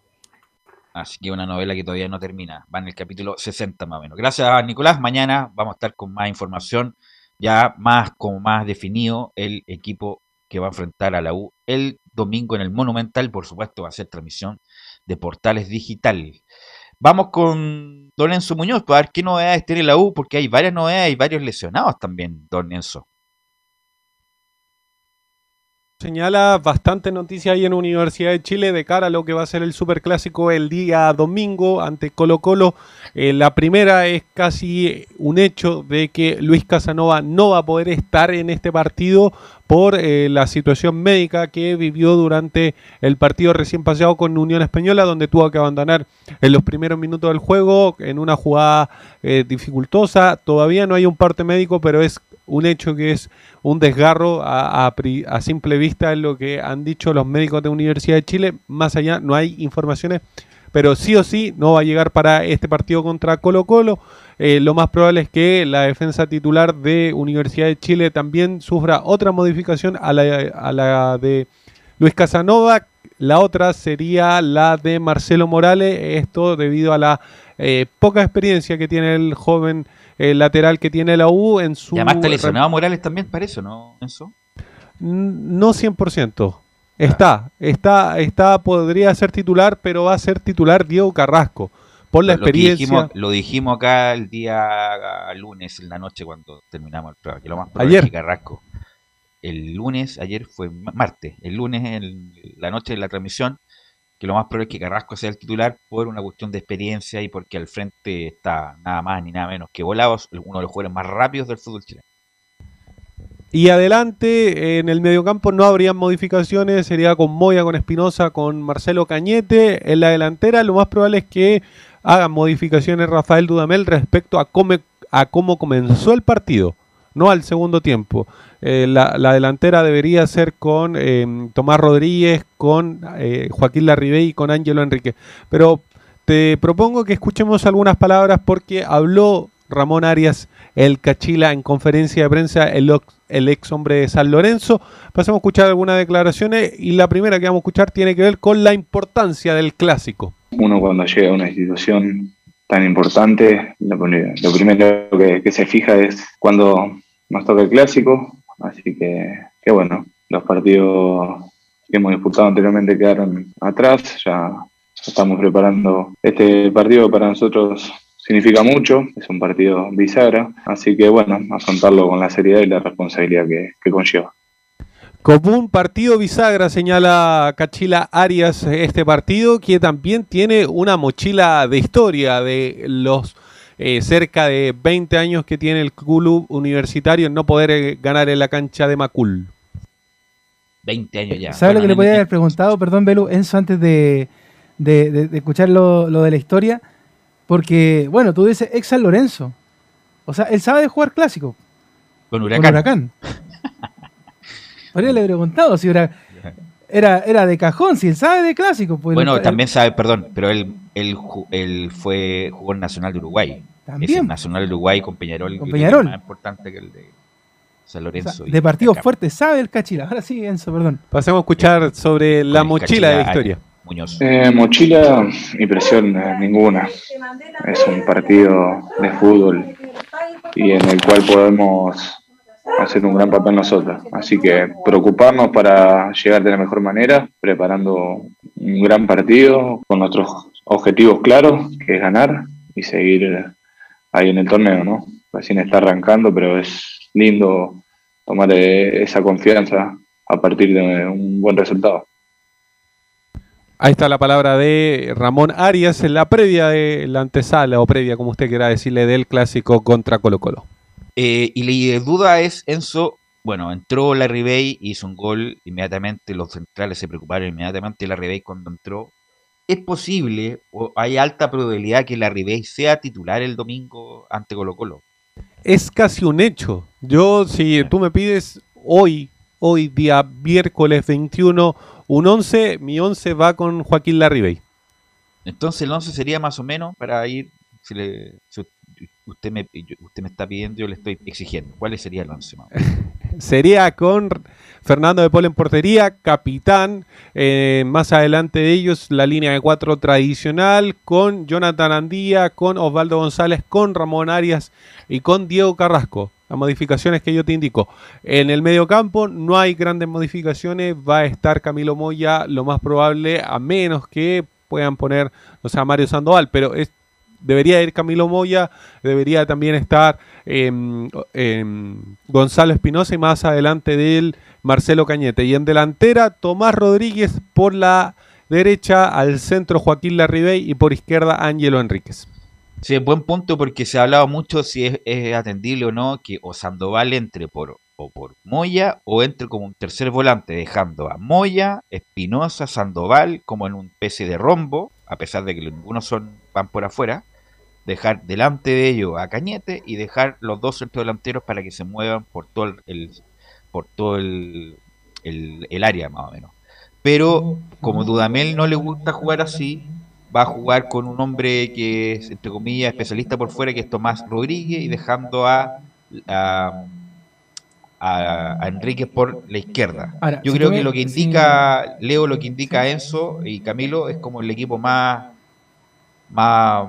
Así que una novela que todavía no termina. Va en el capítulo sesenta más o menos. Gracias, Nicolás. Mañana vamos a estar con más información, ya más como más definido el equipo que va a enfrentar a la U el domingo en el Monumental. Por supuesto va a ser transmisión de Portales Digital. Vamos con don Enzo Muñoz para ver qué novedades tiene la U, porque hay varias novedades y varios lesionados también, don Enzo. Señala bastante noticia ahí en Universidad de Chile de cara a lo que va a ser el Superclásico el día domingo ante Colo Colo. Eh, la primera es casi un hecho de que Luis Casanova no va a poder estar en este partido por eh, la situación médica que vivió durante el partido recién pasado con Unión Española, donde tuvo que abandonar en los primeros minutos del juego en una jugada eh, dificultosa. Todavía no hay un parte médico, pero es un hecho que es un desgarro a, a, a simple vista, es lo que han dicho los médicos de Universidad de Chile. Más allá no hay informaciones, pero sí o sí no va a llegar para este partido contra Colo Colo. Eh, lo más probable es que la defensa titular de Universidad de Chile también sufra otra modificación a la, a la de Luis Casanova. La otra sería la de Marcelo Morales, esto debido a la eh, poca experiencia que tiene el joven eh, lateral que tiene la U en su... Y además está lesionado Morales también, parece, ¿no, Enzo? No cien por ciento. Está, está, está, podría ser titular, pero va a ser titular Diego Carrasco. Por la lo, experiencia. Lo dijimos, lo dijimos acá el día lunes, en la noche, cuando terminamos el programa. Que lo más probable ayer. es que Carrasco, el lunes, ayer fue martes, el lunes, en la noche de la transmisión, que lo más probable es que Carrasco sea el titular por una cuestión de experiencia y porque al frente está nada más ni nada menos que Volados, uno de los jugadores más rápidos del fútbol chileno. Y adelante, en el mediocampo no habría modificaciones, sería con Moya, con Espinosa, con Marcelo Cañete. En la delantera lo más probable es que hagan modificaciones Rafael Dudamel respecto a cómo, a cómo comenzó el partido, no al segundo tiempo. Eh, la, la delantera debería ser con eh, Tomás Rodríguez, con eh, Joaquín Larribey y con Ángelo Enrique. Pero te propongo que escuchemos algunas palabras porque habló Ramón Arias, el Cachila, en conferencia de prensa, el, el ex hombre de San Lorenzo. Pasamos a escuchar algunas declaraciones y la primera que vamos a escuchar tiene que ver con la importancia del clásico. Uno cuando llega a una institución tan importante, lo, lo primero que, que se fija es cuando nos toca el clásico, así que, que bueno, los partidos que hemos disputado anteriormente quedaron atrás, ya estamos preparando este partido para nosotros. Significa mucho, es un partido bisagra, así que bueno, afrontarlo con la seriedad y la responsabilidad que, que conlleva. Como un partido bisagra, señala Cachila Arias este partido, que también tiene una mochila de historia de los eh, cerca de veinte años que tiene el club universitario en no poder eh, ganar en la cancha de Macul. veinte años ya. ¿Sabes lo que le podía haber preguntado? Perdón, Belu, Enzo, antes de, de, de, de escuchar lo, lo de la historia. Porque, bueno, tú dices ex San Lorenzo. O sea, él sabe de jugar clásico. Con Huracán. Con Huracán. Podría le he preguntado si era, era, era de cajón, si él sabe de clásico. Pues bueno, él, también sabe, perdón, pero él, él, él fue jugó en Nacional de Uruguay. También. Es el Nacional de Uruguay con Peñarol. Con Peñarol. Es más importante que el de San Lorenzo. O sea, de partidos fuertes sabe el Cachila. Ahora sí, Enzo, perdón. Pasemos a escuchar sobre la mochila de la historia. Eh, mochila y presión eh, ninguna. Es un partido de fútbol y en el cual podemos hacer un gran papel nosotros. Así que preocuparnos para llegar de la mejor manera, preparando un gran partido con nuestros objetivos claros, que es ganar y seguir ahí en el torneo, ¿no? Recién está arrancando, pero es lindo tomar eh, esa confianza a partir de un buen resultado. Ahí está la palabra de Ramón Arias en la previa de la antesala o previa, como usted quiera decirle, del clásico contra Colo Colo. Eh, y la duda es, Enzo, bueno, entró Larribey, hizo un gol, inmediatamente los centrales se preocuparon, inmediatamente Larribey cuando entró. ¿Es posible o hay alta probabilidad que Larribey sea titular el domingo ante Colo Colo? Es casi un hecho. Yo, si tú me pides hoy, hoy día miércoles veintiuno, un once, mi once va con Joaquín Larribey. Entonces el once sería más o menos para ir, si, le, si usted, me, usted me está pidiendo, yo le estoy exigiendo. ¿Cuál sería el once? Sería con Fernando de Paul en portería, capitán, eh, más adelante de ellos la línea de cuatro tradicional, con Jonathan Andía, con Osvaldo González, con Ramón Arias y con Diego Carrasco. Las modificaciones que yo te indico. En el mediocampo no hay grandes modificaciones, va a estar Camilo Moya, lo más probable, a menos que puedan poner, o sea, Mario Sandoval, pero es debería ir Camilo Moya, debería también estar eh, eh, Gonzalo Espinosa y más adelante de él Marcelo Cañete. Y en delantera Tomás Rodríguez por la derecha, al centro Joaquín Larribey y por izquierda Ángelo Enríquez. Sí, buen punto porque se ha hablado mucho si es, es atendible o no que o Sandoval entre por o por Moya o entre como un tercer volante, dejando a Moya, Espinosa, Sandoval como en un especie de rombo, a pesar de que ninguno son van por afuera, dejar delante de ellos a Cañete y dejar los dos centrodelanteros para que se muevan por todo el, el por todo el, el, el área más o menos. Pero como Dudamel no le gusta jugar así, va a jugar con un hombre que es, entre comillas, especialista por fuera, que es Tomás Rodríguez, y dejando a, a, a, a Enríquez por la izquierda. Ahora, Yo si creo tú que me- lo que si- indica Leo, lo que indica Enzo y Camilo es como el equipo más más,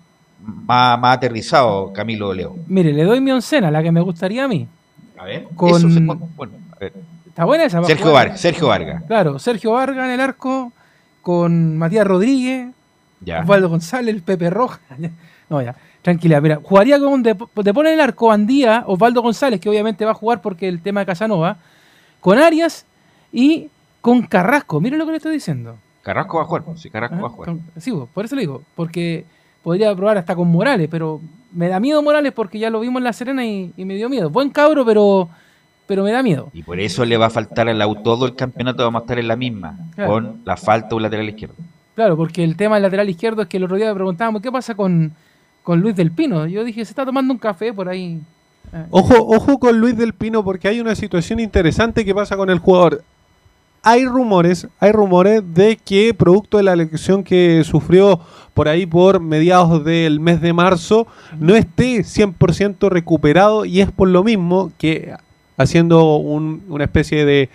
más, más aterrizado, Camilo Leo. Mire, le doy mi oncena, la que me gustaría a mí. A ver, Con- eso se- bueno, a ver. Está buena esa. va a Sergio jugar- Vargas, Sergio Vargas. Claro, Sergio Vargas en el arco, con Matías Rodríguez, Ya. Osvaldo González, el Pepe Roja. No, ya, tranquila, mira, jugaría con de, de poner en el arco Andía, Osvaldo González, que obviamente va a jugar porque el tema de Casanova, con Arias y con Carrasco. Miren lo que le estoy diciendo. Carrasco va a jugar, sí, Carrasco Ah, va a jugar. con- sí, vos, por eso le digo, porque podría probar hasta con Morales, pero me da miedo Morales porque ya lo vimos en La Serena y, y me dio miedo. Buen cabro, pero, pero me da miedo. Y por eso le va a faltar al U todo el campeonato, vamos a estar en la misma, Claro. con la falta de un lateral izquierdo. Claro, porque el tema del lateral izquierdo es que el otro día me preguntábamos, ¿qué pasa con, con Luis del Pino? Yo dije, se está tomando un café por ahí. Eh, Ojo, ojo con Luis del Pino porque hay una situación interesante que pasa con el jugador. Hay rumores, hay rumores de que producto de la lesión que sufrió por ahí por mediados del mes de marzo, no esté cien por ciento recuperado y es por lo mismo que haciendo un- una especie de,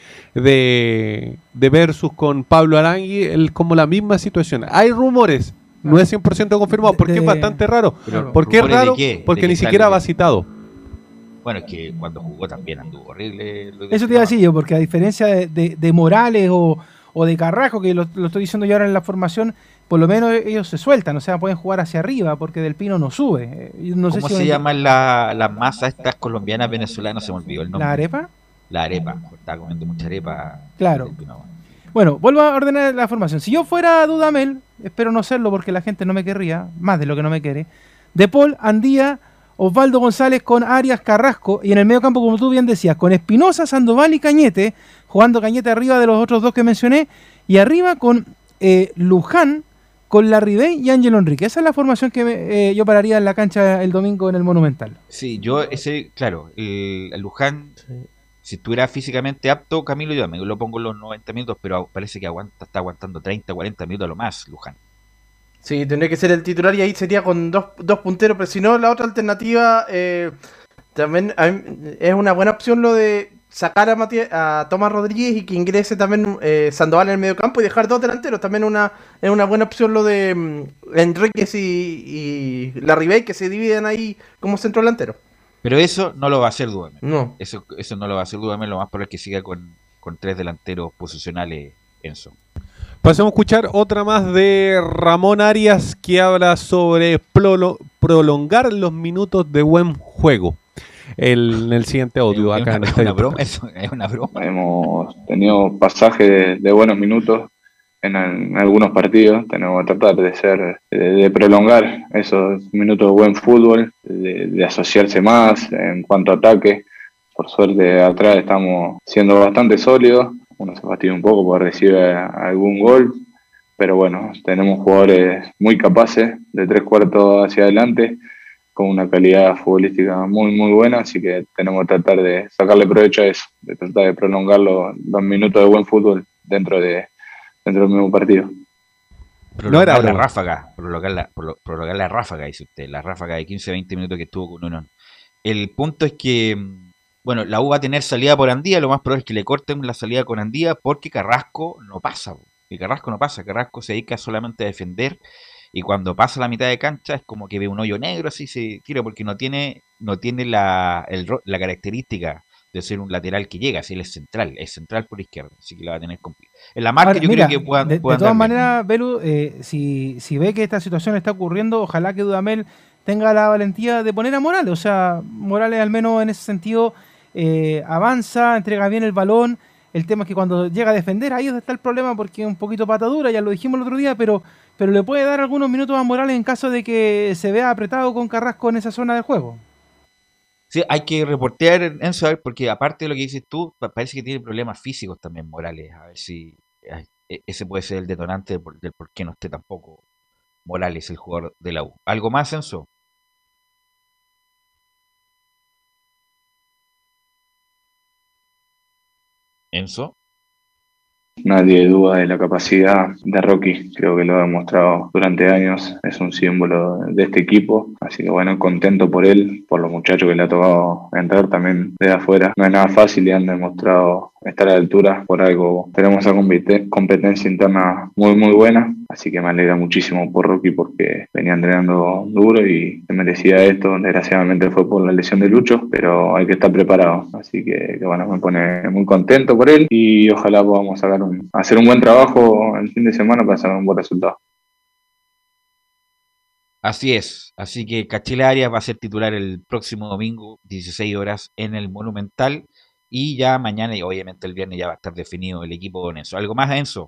de, de versus con Pablo Arangui, el, como la misma situación. Hay rumores, no es cien por ciento confirmado, porque de- es bastante raro. Pero, ¿Por qué es ¿rumores de raro? qué? Porque ¿De ni que está siquiera el- va citado. Bueno, es que cuando jugó también anduvo horrible. Luis del Eso te Pino. iba a decir yo, porque a diferencia de, de- de Morales o, o de Carrasco, que lo, lo estoy diciendo yo ahora en la formación, por lo menos ellos se sueltan, o sea, pueden jugar hacia arriba, porque Del Pino no sube. Eh, yo no sé ¿Cómo si se van- llaman la- las masas estas colombianas venezolanas? Se me olvidó el nombre. ¿La arepa? La arepa. Estaba comiendo mucha arepa. Claro. Del Pino. Bueno, vuelvo a ordenar la formación. Si yo fuera Dudamel, espero no serlo porque la gente no me querría, más de lo que no me quiere. De Paul, Andía, Osvaldo González con Arias, Carrasco, y en el medio campo, como tú bien decías, con Espinosa, Sandoval y Cañete, jugando Cañete arriba de los otros dos que mencioné, y arriba con eh, Luján, con Larribey y Ángelo Enrique. Esa es la formación que me- eh, yo pararía en la cancha el domingo en el Monumental. Sí, yo ese, claro, el, el Luján, si estuviera físicamente apto, Camilo, yo me lo pongo en los noventa minutos, pero parece que aguanta, está aguantando treinta, cuarenta minutos a lo más, Luján. Sí, tendría que ser el titular y ahí sería con dos, dos punteros, pero si no, la otra alternativa eh, también a mí, es una buena opción lo de sacar a, Matías, a Tomás Rodríguez y que ingrese también eh, Sandoval en el medio campo y dejar dos delanteros. También una, es una buena opción lo de mm, Enríquez y, y Larribey que se dividen ahí como centro delantero. Pero eso no lo va a hacer Dudamel. No. Eso, eso no lo va a hacer Dudamel, lo más probable es que siga con, con tres delanteros posicionales Enzo. Pasemos a escuchar otra más de Ramón Arias que habla sobre prolo- prolongar los minutos de buen juego. El, en el siguiente audio Es acá una- en es Estadio una broma, Portales. Es una broma. Hemos tenido pasajes de, de buenos minutos en, en algunos partidos. Tenemos que tratar de ser, de, de prolongar esos minutos de buen fútbol, de, de asociarse más en cuanto a ataque. Por suerte atrás estamos siendo bastante sólidos. Uno se fastidia un poco por recibir algún gol, pero bueno, tenemos jugadores muy capaces de tres cuartos hacia adelante, con una calidad futbolística muy muy buena, así que tenemos que tratar de sacarle provecho a eso, de tratar de prolongar los, los minutos de buen fútbol dentro de dentro del mismo partido. Prolongar era la broma. ráfaga, prolongar la, prolo- prolongar la ráfaga, dice usted, la ráfaga de quince a veinte minutos que estuvo con Unión. El punto es que, mm, bueno, la U va a tener salida por Andía, lo más probable es que le corten la salida con Andía porque Carrasco no pasa, po. Y Carrasco no pasa, Carrasco se dedica solamente a defender y cuando pasa la mitad de cancha es como que ve un hoyo negro, así se tira porque no tiene, no tiene la, el ro- la característica de ser un lateral que llega, si él es central, es central por izquierda, así que la va a tener complicada. En la marca Ahora, yo mira, creo que puedan, de, puedan de todas dar maneras, Belu, eh, si, si ve que esta situación está ocurriendo, ojalá que Dudamel tenga la valentía de poner a Morales. O sea, Morales al menos en ese sentido eh, avanza, entrega bien el balón. El tema es que cuando llega a defender, ahí es donde está el problema, porque es un poquito patadura, ya lo dijimos el otro día, pero, pero le puede dar algunos minutos a Morales en caso de que se vea apretado con Carrasco en esa zona del juego. Sí, hay que reportear en eso, porque aparte de lo que dices tú, parece que tiene problemas físicos también Morales. A ver si ay, ese puede ser el detonante del por, del por qué no esté tampoco Morales, el jugador de la U. ¿Algo más, Enzo? ¿Enzo? Nadie duda de la capacidad de Rocky, creo que lo ha demostrado durante años, es un símbolo de este equipo, así que bueno, contento por él, por los muchachos que le ha tocado entrar también desde afuera. No es nada fácil y han demostrado estar a la altura, por algo tenemos una competencia interna muy muy buena, así que me alegra muchísimo por Rocky porque venía entrenando duro y se merecía esto. Desgraciadamente fue por la lesión de Lucho, pero hay que estar preparado, así que, que bueno, me pone muy contento por él y ojalá podamos sacar un, hacer un buen trabajo el fin de semana para sacar un buen resultado. Así es, así que Cachila Arias va a ser titular el próximo domingo, dieciséis horas, en el Monumental. Y ya mañana y obviamente el viernes ya va a estar definido el equipo con Enzo. ¿Algo más, Enzo?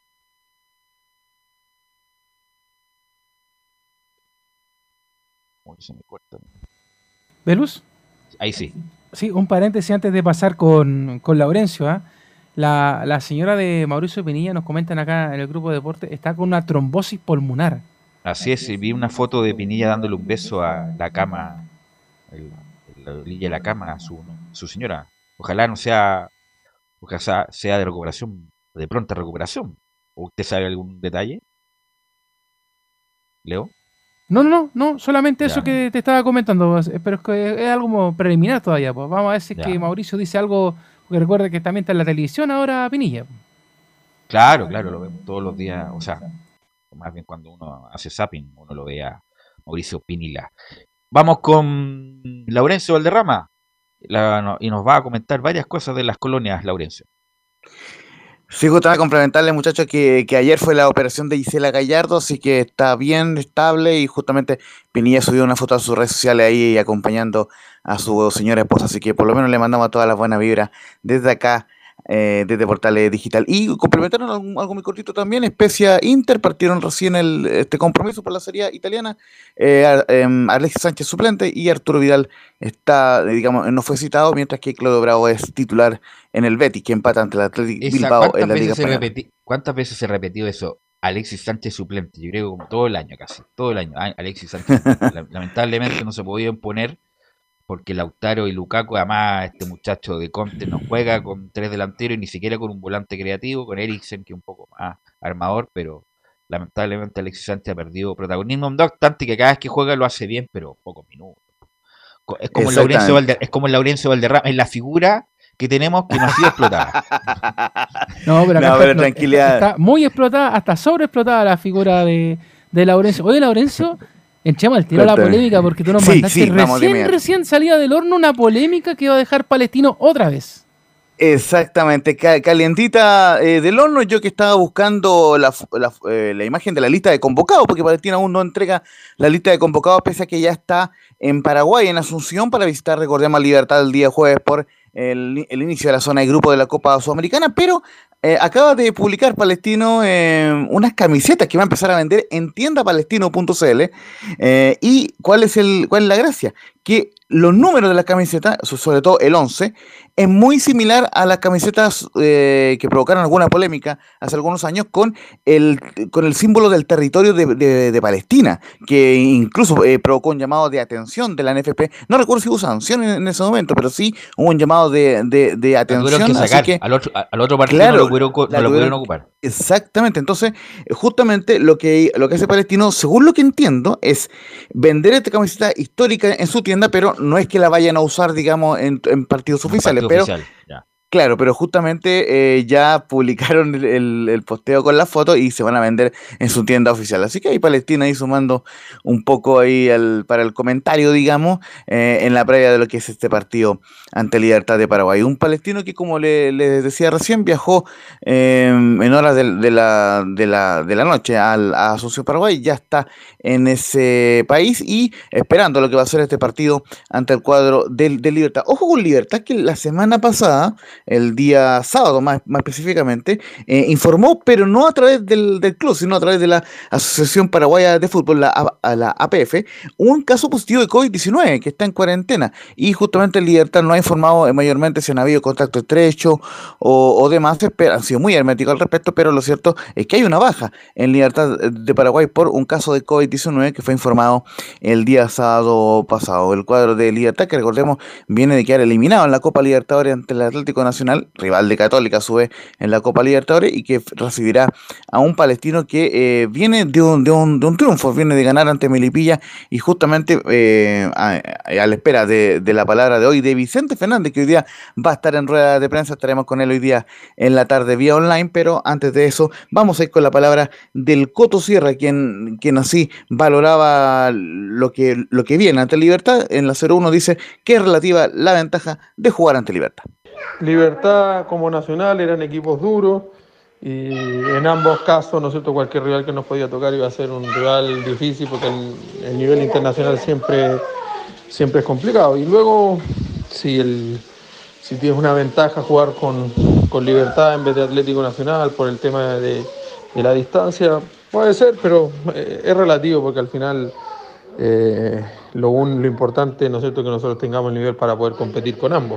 Uy, se me corta. ¿Velus? Ahí sí. Sí, un paréntesis antes de pasar con, con Laurencio. ¿eh? La, la señora de Mauricio Pinilla, nos comentan acá en el grupo de deporte, está con una trombosis pulmonar. Así es, vi una foto de Pinilla dándole un beso a la cama, el, la orilla de la cama a su, su señora. Ojalá no sea, ojalá sea de recuperación, de pronta recuperación. ¿Usted sabe algún detalle? ¿Leo? No, no, no, no solamente Ya. eso que te estaba comentando, pero es que es algo como preliminar todavía. Pues. Vamos a ver si es Ya. que Mauricio dice algo, porque recuerda que también está en la televisión ahora Pinilla. Claro, claro, lo vemos todos los días, o sea, más bien cuando uno hace zapping, uno lo ve a Mauricio Pinilla. Vamos con Laurencio Valderrama. La, no, y nos va a comentar varias cosas de las colonias, Laurencio. Sí, justamente complementarle, muchachos, que, que ayer fue la operación de Gisela Gallardo, así que está bien estable y justamente Pinilla subió una foto a sus redes sociales ahí acompañando a su señora esposa, así que por lo menos le mandamos todas las buenas vibras desde acá, eh, desde Portales Digital. Y complementaron algo, algo muy cortito también, Spezia Inter, partieron recién el, este compromiso por la Serie A italiana, eh, a- em, Alexis Sánchez suplente y Arturo Vidal está, eh, digamos, no fue citado, mientras que Claudio Bravo es titular en el Betis, que empata ante el Athletic Esa, Bilbao ¿cuántas, en la Liga veces se Española. repeti- ¿Cuántas veces se repetió eso? Alexis Sánchez suplente, yo creo que como todo el año casi, todo el año. Ah, Alexis Sánchez suplente. La- lamentablemente no se podía imponer porque Lautaro y Lukaku, además este muchacho de Conte no juega con tres delanteros y ni siquiera con un volante creativo, con Eriksen que es un poco más armador, pero lamentablemente Alexis Sánchez ha perdido protagonismo, no obstante que cada vez que juega lo hace bien, pero pocos minutos. Co- Es como el Laurencio Exactamente. Valder- es como el Laurencio Valderrama, es la figura que tenemos que no ha sido explotada. No, pero acá No, está, pero explo- tranquilidad. está, está muy explotada, hasta sobreexplotada la figura de, de Laurencio. Oye, Laurencio, enchemos al tiro a la Cuéntame. polémica porque tú nos Sí, mandaste sí, vamos de recién, inmediato. recién salida del horno una polémica que va a dejar Palestino otra vez. Exactamente, ca- calientita eh, del horno. Yo que estaba buscando la, f- la f- eh, la imagen de la lista de convocados, porque Palestina aún no entrega la lista de convocados, pese a que ya está en Paraguay, en Asunción, para visitar, recordemos, a Libertad el día jueves por el, el inicio de la zona de grupo de la Copa Sudamericana, pero eh, acaba de publicar Palestino eh, unas camisetas que va a empezar a vender en tienda palestino punto c l. Eh, ¿Y cuál es, el, cuál es la gracia? Que los números de las camisetas, so- sobre todo el once, es muy similar a las camisetas eh, que provocaron alguna polémica hace algunos años con el, con el símbolo del territorio de, de- de Palestina, que incluso eh, provocó un llamado de atención de la N F P. No recuerdo si hubo sanción en, en ese momento, pero sí hubo un llamado de, de, de La tuvieron atención. que así sacar, que, al otro, al otro partido claro, no lo pudieron, co- la no lo pudieron tuvieron- ocupar. Exactamente, entonces eh, justamente lo que, lo que hace Palestino, según lo que entiendo, es vender esta camiseta histórica en su tienda, pero no es que la vayan a usar, digamos, en, en partidos Un oficiales, partido pero oficial, ya. Claro, pero justamente eh, ya publicaron el, el, el posteo con la foto y se van a vender en su tienda oficial. Así que ahí Palestino ahí sumando un poco ahí al, para el comentario, digamos, eh, en la previa de lo que es este partido ante Libertad de Paraguay. Un palestino que, como le, le decía recién, viajó eh, en horas de, de, la, de, la, de la noche al, a Asunción, Paraguay, ya está en ese país y esperando lo que va a ser este partido ante el cuadro del, de Libertad. Ojo con Libertad, que la semana pasada, el día sábado más, más específicamente, eh, informó, pero no a través del, del club, sino a través de la Asociación Paraguaya de Fútbol, la, a, la A P F, un caso positivo de COVID diecinueve que está en cuarentena, y justamente el Libertad no ha informado eh, mayormente si han habido contacto estrecho o, o demás, pero han sido muy herméticos al respecto, pero lo cierto es que hay una baja en Libertad de Paraguay por un caso de COVID diecinueve que fue informado el día sábado pasado. El cuadro de Libertad, que recordemos, viene de quedar eliminado en la Copa Libertadores ante el Atlético Nacional, rival de Católica a su vez en la Copa Libertadores, y que recibirá a un palestino que eh, viene de un, de, un, de un triunfo, viene de ganar ante Melipilla, y justamente eh, a, a la espera de, de la palabra de hoy de Vicente Fernández, que hoy día va a estar en rueda de prensa. Estaremos con él hoy día en la tarde vía online, pero antes de eso vamos a ir con la palabra del Coto Sierra, quien, quien así valoraba lo que, lo que viene ante Libertad. En la cero uno dice que es relativa la ventaja de jugar ante Libertad. Libertad como Nacional eran equipos duros y en ambos casos, ¿no es cierto?, cualquier rival que nos podía tocar iba a ser un rival difícil, porque el, el nivel internacional siempre, siempre es complicado. Y luego, si, el, si tienes una ventaja jugar con, con Libertad en vez de Atlético Nacional por el tema de, de la distancia, puede ser, pero eh, es relativo, porque al final eh, lo, un, lo importante, ¿no es cierto?, que nosotros tengamos el nivel para poder competir con ambos.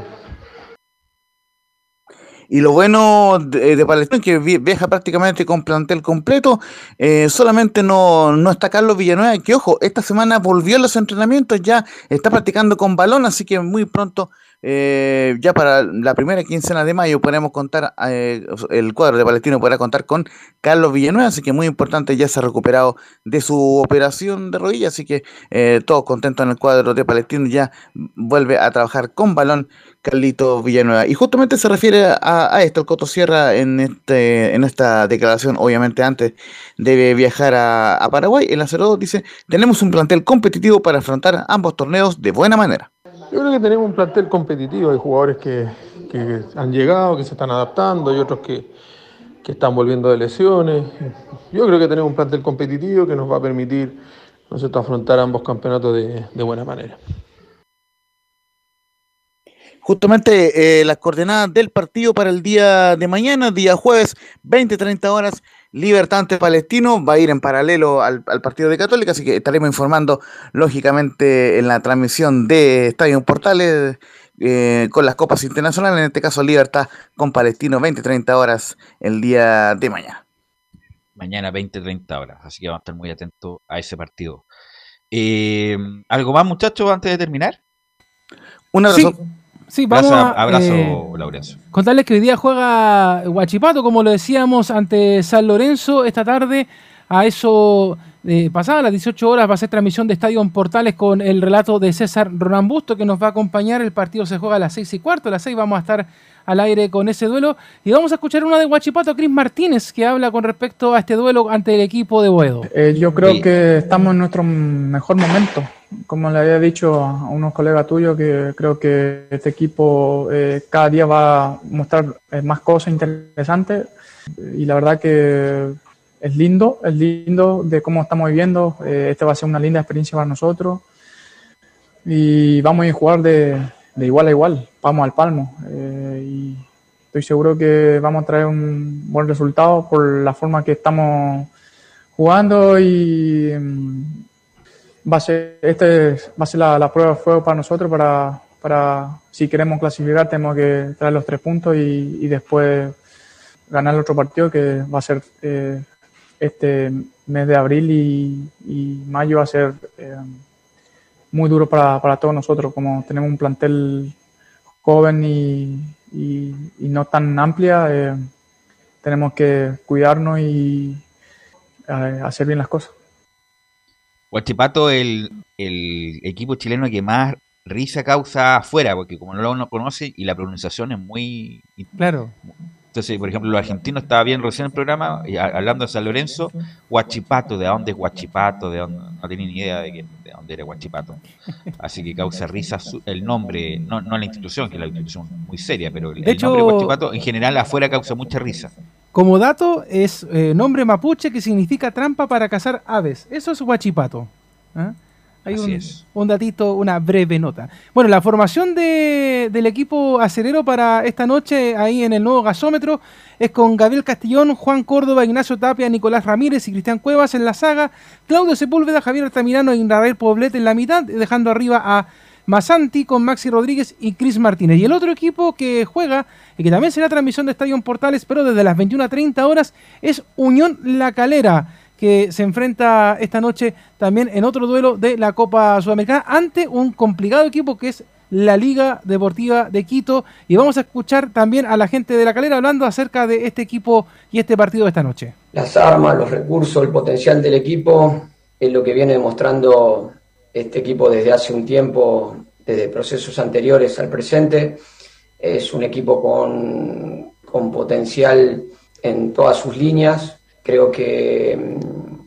Y lo bueno de, de Palestino es que viaja prácticamente con plantel completo. Eh, solamente no, no está Carlos Villanueva, que ojo, esta semana volvió a los entrenamientos, ya está practicando con balón, así que muy pronto, eh, ya para la primera quincena de mayo, podremos contar, eh, el cuadro de Palestino podrá contar con Carlos Villanueva, así que muy importante, ya se ha recuperado de su operación de rodilla, así que eh, todos contentos en el cuadro de Palestino, ya vuelve a trabajar con balón Carlito Villanueva. Y justamente se refiere a, a esto el Coto Sierra en este en esta declaración, obviamente antes de viajar a, a Paraguay. En la cero dos dice: tenemos un plantel competitivo para afrontar ambos torneos de buena manera. Yo creo que tenemos un plantel competitivo, hay jugadores que, que han llegado, que se están adaptando, y otros que, que están volviendo de lesiones. Yo creo que tenemos un plantel competitivo que nos va a permitir, ¿no es cierto?, afrontar ambos campeonatos de, de buena manera. Justamente eh, las coordenadas del partido para el día de mañana, día jueves, veinte treinta horas, Libertad ante Palestino, va a ir en paralelo al, al partido de Católica, así que estaremos informando lógicamente en la transmisión de Estadio Portales eh, con las copas internacionales, en este caso Libertad con Palestino, veinte treinta horas el día de mañana. Mañana veinte treinta horas, así que vamos a estar muy atentos a ese partido. Eh, ¿Algo más, muchachos, antes de terminar? Un abrazo. Sí. Sí, vamos Gracias, a, abrazo, eh, Laurencio. Contarles que hoy día juega Huachipato, como lo decíamos, ante San Lorenzo esta tarde. A eso eh, pasada, a las dieciocho horas, va a ser transmisión de Estadio en Portales con el relato de César Ronán Busto, que nos va a acompañar. El partido se juega a las seis y cuarto, a las seis vamos a estar al aire con ese duelo. Y vamos a escuchar una de Huachipato, Cris Martínez, que habla con respecto a este duelo ante el equipo de Boedo. Eh, yo creo sí. que estamos en nuestro mejor momento. Como le había dicho a unos colegas tuyos, que creo que este equipo eh, cada día va a mostrar eh, más cosas interesantes, y la verdad que es lindo, es lindo de cómo estamos viviendo. Eh, este va a ser una linda experiencia para nosotros y vamos a ir a jugar de, de igual a igual, vamos al palmo, eh, y estoy seguro que vamos a traer un buen resultado por la forma que estamos jugando. Y va a ser, este va a ser la, la prueba de fuego para nosotros, para, para si queremos clasificar tenemos que traer los tres puntos y, y después ganar el otro partido, que va a ser eh, este mes de abril, y, y mayo va a ser eh, muy duro para, para todos nosotros, como tenemos un plantel joven y, y, y no tan amplia. Eh, tenemos que cuidarnos y eh, hacer bien las cosas. Huachipato, el, el equipo chileno que más risa causa afuera, porque como no lo uno conoce y la pronunciación es muy... Claro. Entonces, por ejemplo, los argentinos, estaba bien recién en el programa, y a- hablando de San Lorenzo, Huachipato, ¿de dónde es Huachipato? ¿De dónde? No tenía ni idea de, que, de dónde era Huachipato. Así que causa risa su- el nombre, no, no la institución, que es la institución muy seria, pero el, De el nombre hecho- Huachipato en general afuera causa mucha risa. Como dato, es eh, nombre mapuche que significa trampa para cazar aves. Eso es Huachipato. ¿Ah? Hay Así un, es. un datito, una breve nota. Bueno, la formación de, del equipo acerero para esta noche ahí en el nuevo gasómetro es con Gabriel Castillón, Juan Córdoba, Ignacio Tapia, Nicolás Ramírez y Cristian Cuevas en la saga, Claudio Sepúlveda, Javier Altamirano e Israel Poblete en la mitad, dejando arriba a Masanti con Maxi Rodríguez y Cris Martínez. Y el otro equipo que juega y que también será transmisión de Estadio Portales, pero desde las veintiuna treinta horas, es Unión La Calera, que se enfrenta esta noche también en otro duelo de la Copa Sudamericana ante un complicado equipo que es la Liga Deportiva de Quito. Y vamos a escuchar también a la gente de La Calera hablando acerca de este equipo y este partido de esta noche. Las armas, los recursos, el potencial del equipo es lo que viene demostrando este equipo desde hace un tiempo, desde procesos anteriores al presente. Es un equipo con, con potencial en todas sus líneas. Creo que,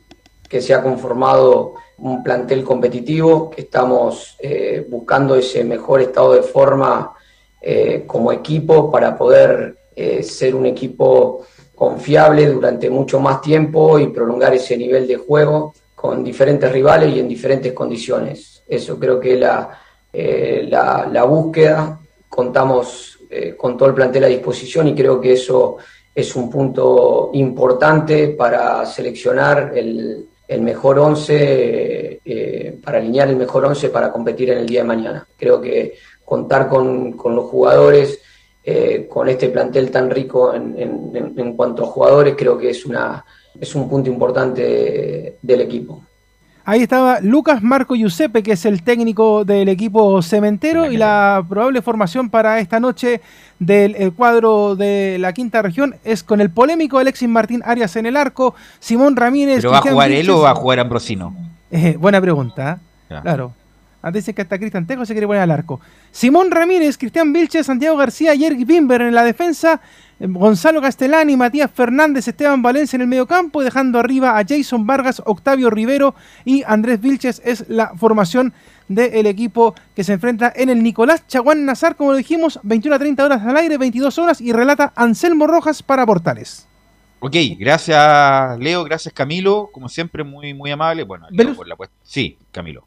que se ha conformado un plantel competitivo, que estamos eh, buscando ese mejor estado de forma eh, como equipo para poder eh, ser un equipo confiable durante mucho más tiempo y prolongar ese nivel de juego con diferentes rivales y en diferentes condiciones. Eso creo que es la, eh, la, la búsqueda. Contamos eh, con todo el plantel a disposición y creo que eso es un punto importante para seleccionar el, el mejor once, eh, para alinear el mejor once para competir en el día de mañana. Creo que contar con, con los jugadores, eh, con este plantel tan rico en, en, en cuanto a jugadores, creo que es, una, es un punto importante del equipo. Ahí estaba Lucas Marco Giuseppe, que es el técnico del equipo cementero, y la probable formación para esta noche del el cuadro de la quinta región es con el polémico Alexis Martín Arias en el arco, Simón Ramírez... ¿Pero va a Cristian jugar él Vilches. o va a jugar Ambrosino? Eh, buena pregunta, ¿eh? Ya. Claro. Antes dicen que hasta Cristian Tejo se quiere poner al arco. Simón Ramírez, Cristian Vilches, Santiago García y Eric Bimber en la defensa. eh, Gonzalo Castellani, Matías Fernández, Esteban Valencia en el mediocampo, dejando arriba a Jason Vargas, Octavio Rivero y Andrés Vilches. Es la formación del equipo que se enfrenta en el Nicolás Chaguán Nazar, como lo dijimos, veintiuna a treinta horas al aire, veintidós horas, y relata Anselmo Rojas para Portales. Ok, gracias Leo, gracias Camilo, como siempre muy muy amable. Bueno, Leo Velus. por la puesta. Sí, Camilo.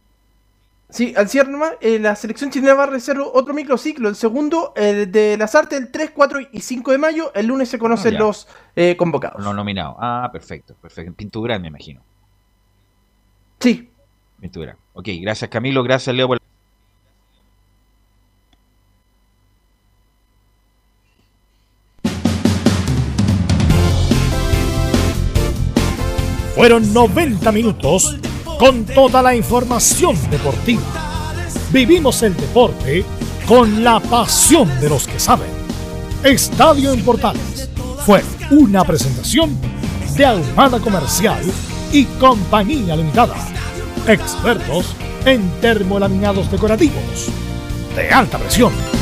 Sí, al cierre nomás, eh, la selección chilena va a realizar otro microciclo, el segundo, el de las artes, el tres, cuatro y cinco de mayo. El lunes se conocen Ah, ya. los eh, convocados. Los nominados. Ah, perfecto, perfecto. Pintura, me imagino. Sí. Pintura. Ok, gracias Camilo, gracias Leo por... Fueron noventa minutos con toda la información deportiva. Vivimos el deporte con la pasión de los que saben. Estadio en Portales fue una presentación de Ahumada Comercial y Compañía Limitada. Expertos en termolaminados decorativos de alta presión.